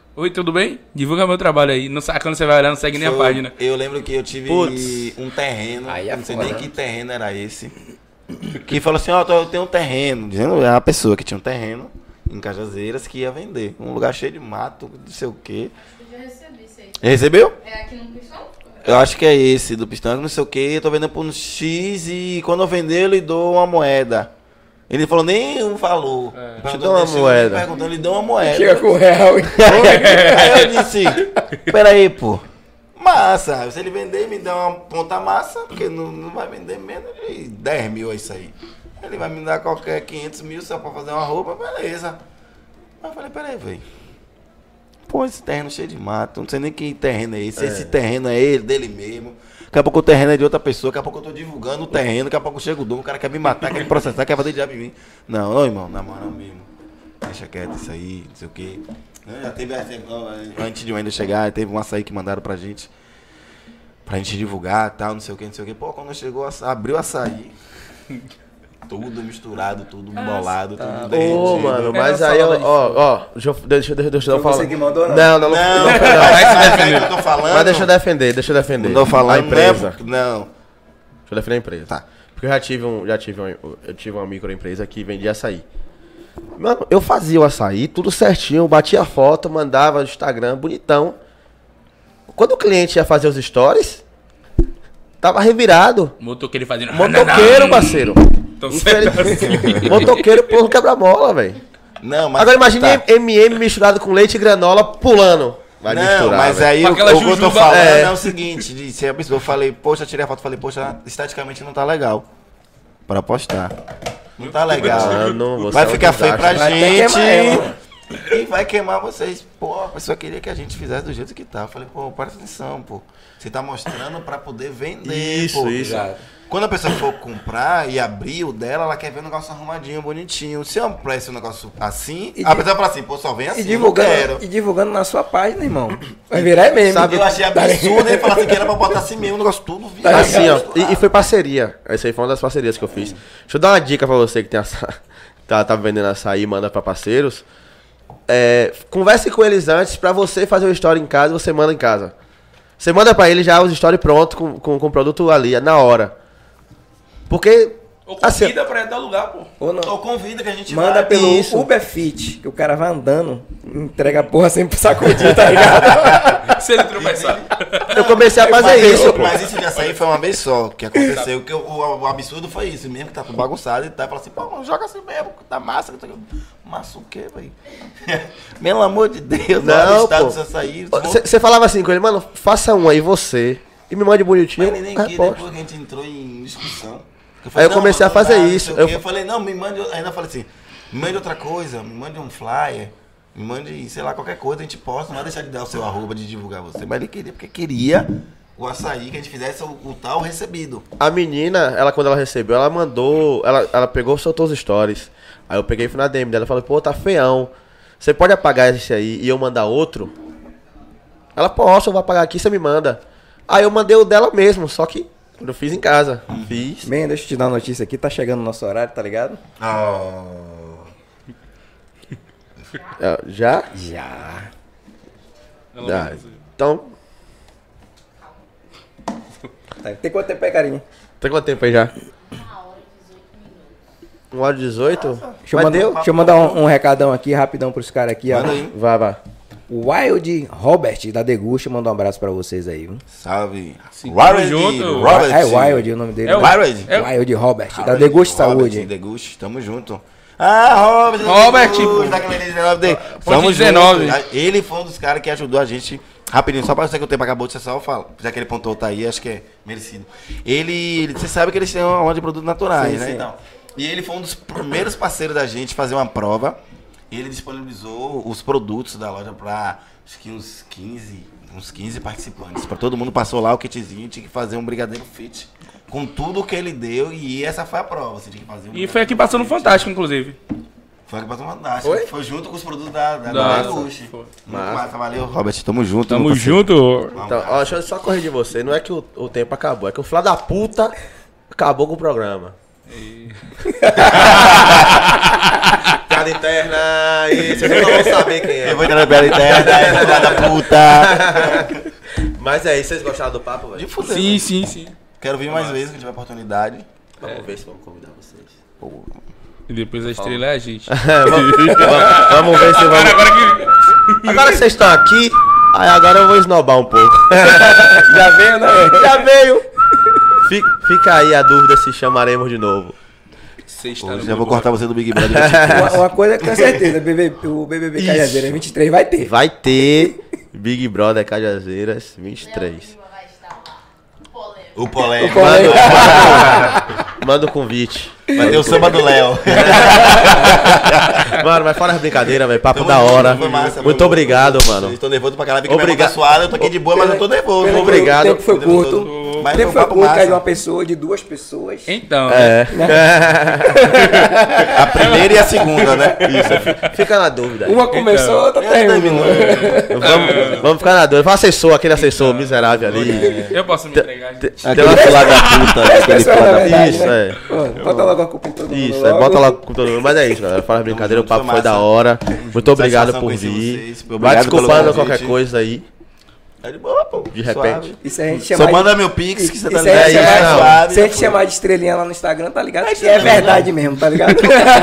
Oi, tudo bem? Divulga meu trabalho aí. Não sabe quando você vai olhar, não segue nem a Foi- página. Eu lembro que eu tive Putz. um terreno, Aí é não sei foda, nem né? que terreno era esse, que falou assim, ó, eu tenho um terreno, dizendo é uma pessoa que tinha um terreno em Cajazeiras que ia vender, um lugar cheio de mato, não sei o quê. Eu já recebi isso aí. Recebeu? É aqui no Pistão? Eu acho que é esse, do Pistão, não sei o que, eu tô vendendo por um X e quando eu vender eu lhe dou uma moeda. Ele falou nem um valor. Te Perguntou, dou uma deixa eu- moeda. Perguntando, ele deu uma moeda. Chega com o real e... Aí eu disse, peraí, pô. Massa, se ele vender, me dá uma ponta massa, porque não, não vai vender menos de dez mil é isso aí. Ele vai me dar qualquer quinhentos mil só pra fazer uma roupa, beleza. Mas eu falei, peraí, velho. Pô, esse terreno cheio de mato, não sei nem que terreno é esse. Esse terreno é ele, dele mesmo. Daqui a pouco o terreno é de outra pessoa, daqui a pouco eu tô divulgando o terreno, daqui a pouco chega o dono, o cara quer me matar, quer me processar, quer fazer diabo em mim. Não, não, irmão, na moral mesmo. Deixa quieto isso aí, não sei o quê. Já teve, antes de eu ainda chegar, teve um açaí que mandaram pra gente, pra gente divulgar e tal, não sei o que, não sei o que. Pô, quando chegou, abriu o açaí, tudo misturado, tudo embolado, tudo Ô, derretido. mano, É mas uma aí, ó, salada de ó, ó, deixa eu, deixa, eu- deixa eu Foi falar. você que mandou, não? Não, não, não. Não, não, não, não. mas é que eu tô falando. Mas deixa eu defender, deixa eu defender. Não tô falando, a empresa. Não, é- não. Deixa eu defender a empresa. Tá. Porque eu já tive um, já tive um, eu tive uma microempresa que vendia açaí. Mano, eu fazia o açaí, tudo certinho, batia a foto, mandava no Instagram, bonitão. Quando o cliente ia fazer os stories, tava revirado. Motoqueiro fazendo... Motoqueiro, parceiro. Então, Infeliz- certo. Motoqueiro, porra, quebra-mola, velho. Não, mas Agora imagine tá. M e M misturado com leite e granola pulando. Vai Não, misturar, mas velho. aí Com o, aquela o que eu tô jujuba, falando é, é. o seguinte, de ser absurdo. Eu falei, poxa, tirei a foto, falei, poxa, esteticamente não tá legal pra postar. Não tá legal. Mano, você vai é um ficar feio pra desastre. Vai até gente. queimar ela. E vai queimar vocês. Pô, a pessoa queria que a gente fizesse do jeito que tá. Eu falei, pô, presta atenção, pô. Você tá mostrando pra poder vender, Isso, pô. isso. Quando a pessoa for comprar e abrir o dela, ela quer ver um negócio arrumadinho, bonitinho. Se eu ampliasse um negócio assim, E a di- pessoa fala assim, pô, só vem assim, E eu não quero. divulgando, e divulgando na sua página, irmão. Vai virar meme. Sabe- Eu achei absurdo ele falar assim que era pra botar assim mesmo, o negócio tudo virado. Assim, ó. E, e foi parceria. Essa aí foi uma das parcerias que eu fiz. Deixa eu dar uma dica pra você que tem essa, tá, tá vendendo açaí e manda pra parceiros. É, converse com eles antes pra você fazer o story em casa e você manda em casa. Você manda pra ele já os story pronto com, com, com o produto ali, na hora. Porque. Ou Assim, convida pra ir até o lugar, pô. Ou não. Ou convida que a gente Manda vai. pelo Isso. Uber Fit, que o cara vai andando, entrega a porra sem sacudir, tá ligado? Se ele tropeçar. eu comecei a fazer mas, isso, pô. mas isso de açaí foi uma vez só. O que aconteceu, que o, o- o absurdo foi isso mesmo, que tá tudo bagunçado e tá, fala assim, pô, mano, joga assim mesmo, tá massa. Tá... Massa o quê, velho? Pelo amor de Deus, Não, olha o estado pô. desse açaí. Você falava assim com ele, mano, faça um aí você. E me mande bonitinho. Mas ele nem eu quis, reposto. depois que a gente entrou em discussão. Aí eu não, comecei mano, a fazer não dá, não isso. sei o Eu- quê. Eu falei, não, me mande. Ainda falei assim, me mande outra coisa, me mande um flyer, me mande, sei lá, qualquer coisa, a gente posta, não vai deixar de dar o seu arroba de divulgar você. Mas ele queria, porque queria o açaí que a gente fizesse o, o tal recebido. A menina, ela quando ela recebeu, ela mandou, ela, ela pegou e soltou os stories. Aí eu peguei e fui na D M dela e falei, pô, tá feião. Você pode apagar esse aí e eu mandar outro? Ela, posso, eu vou apagar aqui, você me manda. Aí eu mandei o dela mesmo, só que eu fiz em casa. Fiz. Bem, deixa eu te dar uma notícia aqui, tá chegando o nosso horário, tá ligado? É, Já? Já. Ah, então, Tá, tem quanto tempo aí, carinha? tem quanto tempo aí já? uma hora e dezoito? Deixa eu Mas mandar, deu? deixa eu mandar um, um recadão aqui, rapidão pros caras aqui, ó. Manda aí. Vai, vai. O Wild Robert, da Degusta, mandou um abraço pra vocês aí, viu? Salve. Sim, Wild, tamo junto. Robert. É Wild o nome dele. É o- né? Wild. É- Wild Robert, da Robert, Degusta Robert, Saúde. Degusta, tamo junto. Ah, Robert. Robert, Degusta, pô. daquele dezenove de... Ponte Tamo dezenove. junto. Ele foi um dos caras que ajudou a gente. Rapidinho, só pra você que o tempo acabou de ser só eu falo. Já que ele pontuou, tá aí, acho que é merecido. Ele, ele- você sabe que eles têm uma loja de produtos naturais, Sim, né? sim. Então, e ele foi um dos primeiros parceiros da gente fazer uma prova. Ele disponibilizou os produtos da loja pra acho que uns quinze, uns quinze participantes. Pra todo mundo passou lá o kitzinho, tinha que fazer um brigadeiro fit. Com tudo que ele deu, e essa foi a prova. Você tinha que fazer um E foi aqui passando no brigadeiro fit. Fantástico, inclusive. Foi aqui passando fantástico. Foi? Foi junto com os produtos da, da, Da- da Degusta. foi. Muito massa, valeu, Robert. Tamo junto. Tamo meu parceiro. junto. Então, ó, deixa eu só corrigir você. Não é que o, o tempo acabou, é que o filho da puta acabou com o programa. Piada interna, aí, vocês não vão saber quem é. Eu vou entrar na piada interna, é filha da puta. Mas é isso, vocês gostaram do papo, velho? De fuder. Sim, sim, sim. Quero vir mais vezes, que tiver oportunidade. Vamos ver se vamos convidar vocês. Pô, E depois a estrela é a gente. vamos, vamos ver se vamos... Agora que... Agora que vocês estão aqui, aí agora eu vou esnobar um pouco. Já veio, né? Já veio. Fica, fica aí a dúvida se chamaremos de novo. Sexta Pô, no já meu vou bloco. cortar você do Big Brother. Uma, uma coisa que eu tenho certeza, B B, o B B B Cajazeira vinte e três vai ter. Vai ter Big Brother Cajazeiras vinte e três. Lima vai estar lá. Polêmica. O polêmico. O polêmico. Manda o convite. Vai ter o samba do Léo. Mano, mas fora as brincadeiras, velho. Papo Tamo da junto, hora. foi massa, Muito foi obrigado, mano. Estou nervoso pra caralho, porque minha Obrigado. boca suada, eu tô aqui de boa, mas eu tô nervoso. Pena que Obrigado. O tempo foi curto. Mas O foi tempo um foi papo curto, que é massa. de uma pessoa, de duas pessoas. Então, É. A primeira e a segunda, né? Isso. Fica na dúvida. Uma começou, a outra terminou. Vamos, vamos ficar na dúvida. Fala assessor, aquele assessor miserável ali. eu posso me entregar. gente. Aquele filho da puta, aquele Essa é a filho da verdade, Isso, né? é. Pô, bota logo a culpa em todo mundo. Isso, é, logo. bota lá com todo mundo. Mas é isso, galera. Fala brincadeira, o papo Foi foi da massa. hora. Muito obrigado Satisfação por conhecer vir. vocês. Vai Obrigado pelo desculpando convite. qualquer coisa aí. É de boa, pô. De repente. E se a gente chamar Só de- manda meu pix que você e tá se a gente ligado. É chamar- isso, não. suave, Se a gente já foi. chamar de estrelinha lá no Instagram, tá ligado? Que é verdade mesmo, tá ligado?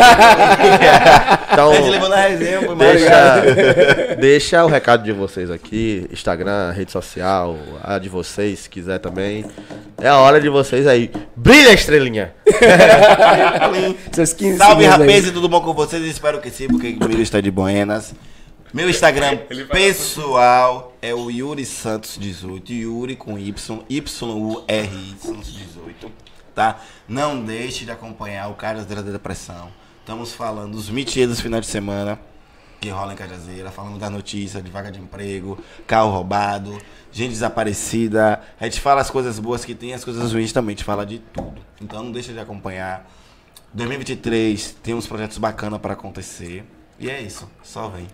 Então, A gente levou na resenha, foi mais deixa, deixa o recado de vocês aqui. Instagram, rede social, a de vocês, se quiser também. É a hora de vocês aí. Brilha, estrelinha! Seus quinze Salve, segundos aí. rapaz, tudo bom com vocês? Espero que sim, porque comigo está de buenas. Meu Instagram pessoal é o Yuri Santos dezoito. Yuri com Y, Y U R I Santos dezoito. Tá? Não deixe de acompanhar o Cajazeira da Depressão. Estamos falando dos métiers dos finais de semana que rola em Cajazeira, falando da notícia de vaga de emprego, carro roubado, gente desaparecida. A gente fala as coisas boas que tem, as coisas ruins também, a gente fala de tudo. Então não deixa de acompanhar. dois mil e vinte e três tem uns projetos bacanas para acontecer. E é isso, só vem.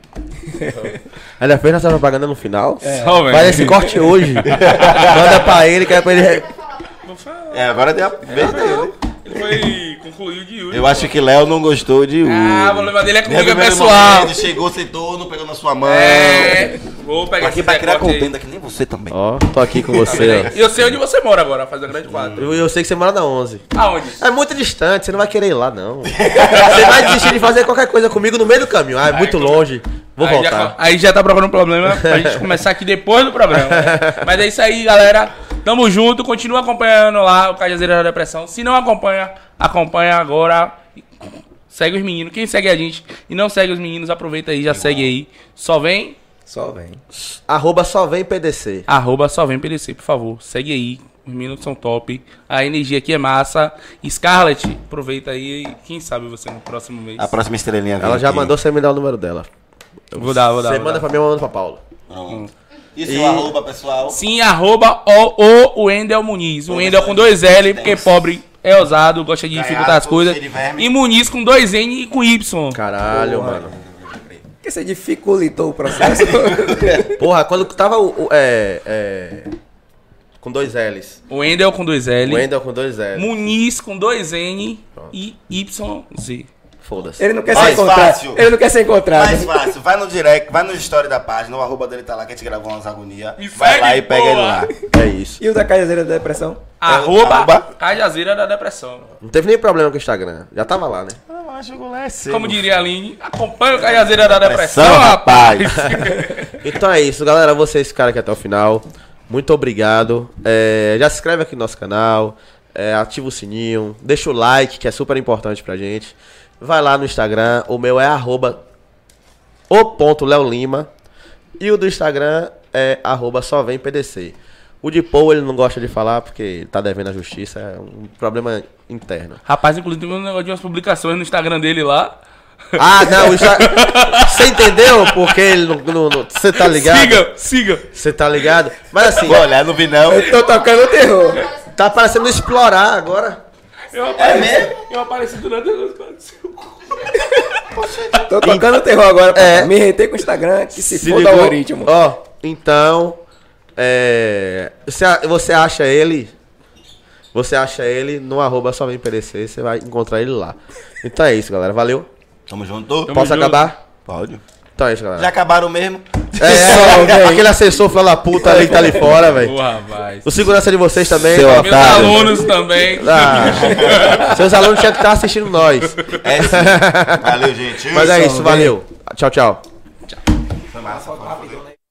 Ainda fez nossa propaganda no final. Só, velho. Faz esse corte hoje. Manda pra ele, que é pra ele. Vou falar. É, agora deu a vez dele. Ele foi concluiu de Yuri. Eu acho que Léo não gostou de Yuri. Ah, o problema dele é comigo, é primeiro pessoal. momento, chegou, sentou, não pegou na sua mão. É. Vou pegar Aqui esse pra criar recorte aí. contenda, que nem você também. Ó, tô aqui com você, E eu sei onde você mora agora, faz a grande quadra. ó. Eu, eu sei que você mora na onze. Aonde? É muito distante, você não vai querer ir lá, não. Você vai desistir de fazer qualquer coisa comigo no meio do caminho. Ah, é muito longe. Vou aí voltar. Já, aí já tá procurando um problema pra gente começar aqui depois do programa. Mas é isso aí, galera. Tamo junto, continua acompanhando lá o Cajazeira da Depressão. Se não acompanha, acompanha agora. Segue os meninos. Quem segue a gente e não segue os meninos, aproveita aí, já segue aí. Só vem, Só vem. Arroba só vem P D C. arroba só vem P D C, por favor. Segue aí. Os meninos são top. A energia aqui é massa. Scarlett, aproveita aí. e Quem sabe você no próximo mês. A próxima estrelinha vem Ela já aqui. mandou você me dar o número dela. Vou dar, vou dar. Você vou manda dar. pra mim, eu mando pra Paulo. Pronto. E seu E- arroba, pessoal? Sim, arroba o, o Wendel Muniz. O Wendel com dois L, porque pobre é ousado, gosta de dificultar as Gaiato, coisas. cheio de verme. E Muniz com dois N e com Y. Caralho, mano. Porque você dificultou o processo. Porra, quando tava o. o- é, é, com dois L's. O Wendel com dois L. Wendel com dois L's. Muniz com dois N e Y Z. Foda-se. Ele não quer Mais ser encontrado. fácil. Ele não quer ser encontrado. Mais fácil, vai no direct, vai no story da página, o arroba dele tá lá, que a gente gravou umas agonias. Me Vai segue, lá e pega ele porra. lá. É isso. E o da Cajazeira da Depressão? Arroba, arroba- Cajazeira da Depressão. Não teve nem problema com o Instagram. Já tava lá, né? Como diria a Aline, acompanha o Cajazeira da Depressão, Depressão, rapaz. Então é isso, galera. Vocês ficaram aqui até o final. Muito obrigado. É, já se inscreve aqui no nosso canal. É, ativa o sininho. Deixa o like, que é super importante pra gente. Vai lá no Instagram. O meu é arroba o ponto Léo Lima. E o do Instagram é arroba só vem P D C. O de Paul ele não gosta de falar porque ele tá devendo à justiça. É um problema interno. Rapaz, inclusive tem um negócio de umas publicações no Instagram dele lá. Ah, não, o Insta- você entendeu? Porque ele não. Você tá ligado? Siga, siga. Você tá ligado? Mas assim, Vou olhar, não vi não. Eu tô tocando terror. tá parecendo explorar agora. Eu apareci, eu apareci durante o Tô tocando terror agora. É. É. Me retei com o Instagram, que se, Se foda o ligou? algoritmo. Ó, então. É, você, você acha ele. Você acha ele no arroba só vem P D C, você vai encontrar ele lá. Então é isso, galera. Valeu. Tamo junto. Tamo Posso junto. acabar? Pode. Então é isso, galera. Já acabaram mesmo? É, é, aquele assessor filho da puta ali que tá ali fora, velho. Porra, rapaz. O segurança de vocês também. Seu tá? Meus otário. alunos também. Ah, seus alunos tinham que estar assistindo nós. É sim. Valeu, gente. Mas é isso, valeu. Tchau, tchau. Foi massa, foi massa.